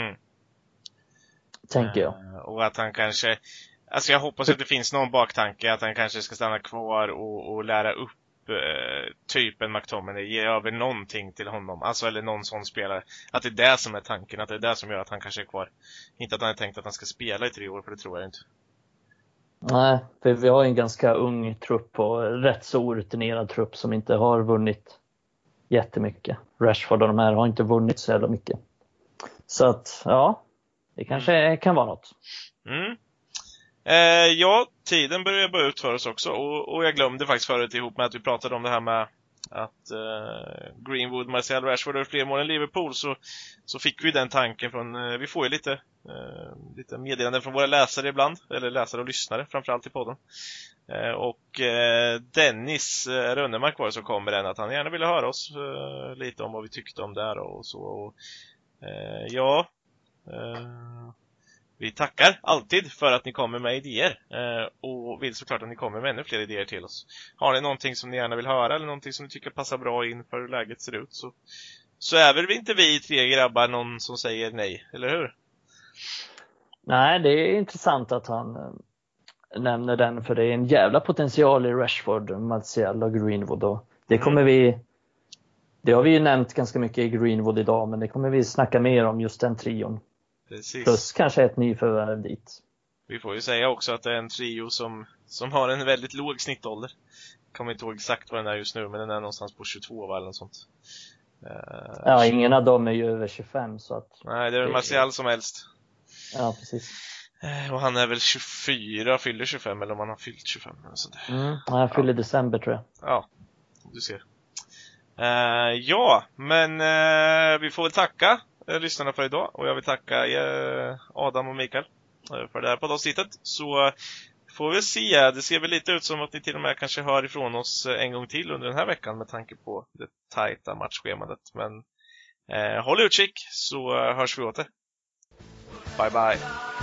Tänker jag. Och att han kanske... Alltså jag hoppas att det finns någon baktanke att han kanske ska stanna kvar och lära upp typen McTominay, ge över någonting till honom, alltså eller någon sån spelare, att det är det som är tanken, att det är det som gör att han kanske är kvar, inte att han är tänkt att han ska spela i 3 år, för det tror jag inte. Nej, för vi har en ganska ung trupp och rätt så orutinerad trupp som inte har vunnit jättemycket. Rashford och de här har inte vunnit så jävla mycket, så att ja, det kanske kan vara något. Ja, tiden börjar bara ut för oss också, och jag glömde faktiskt förut ihop med att vi pratade om det här med att Greenwood, Martial, Rashford och fler mål än Liverpool, så fick vi den tanken från, vi får ju lite meddelanden från våra läsare ibland, eller läsare och lyssnare framförallt i podden, och Dennis Rönnemark var det som kom med den, att han gärna ville höra oss lite om vad vi tyckte om det här och så, och vi tackar alltid för att ni kommer med idéer, och vill såklart att ni kommer med ännu fler idéer till oss. Har ni någonting som ni gärna vill höra eller någonting som ni tycker passar bra in för hur läget ser ut, så är väl inte vi 3 grabbar någon som säger nej, eller hur? Nej, det är intressant att han nämner den, för det är en jävla potential i Rashford, Martial och Greenwood, och det kommer det har vi ju nämnt ganska mycket i Greenwood idag, men det kommer vi snacka mer om, just den trion. Precis. Plus kanske ett nyförvärv dit. Vi får ju säga också att det är en trio som har en väldigt låg snittålder. Jag kommer inte ihåg exakt vad den är just nu, men den är någonstans på 22 eller något sånt. Ja, ingen av dem är ju över 25, så att... Nej, det är väl Martial som helst. Ja, precis. Och han är väl 24, fyller 25, eller om han har fyllt 25 eller sånt där. Han fyller december, tror jag. Ja, du ser. Ja, men vi får väl tacka lyssnarna för idag, och jag vill tacka Adam och Mikael för det här poddavsnittet. Så får vi se, det ser väl lite ut som att ni till och med kanske hör ifrån oss en gång till under den här veckan med tanke på det tajta matchschemat. Men håll utkik, så hörs vi åter. Bye bye.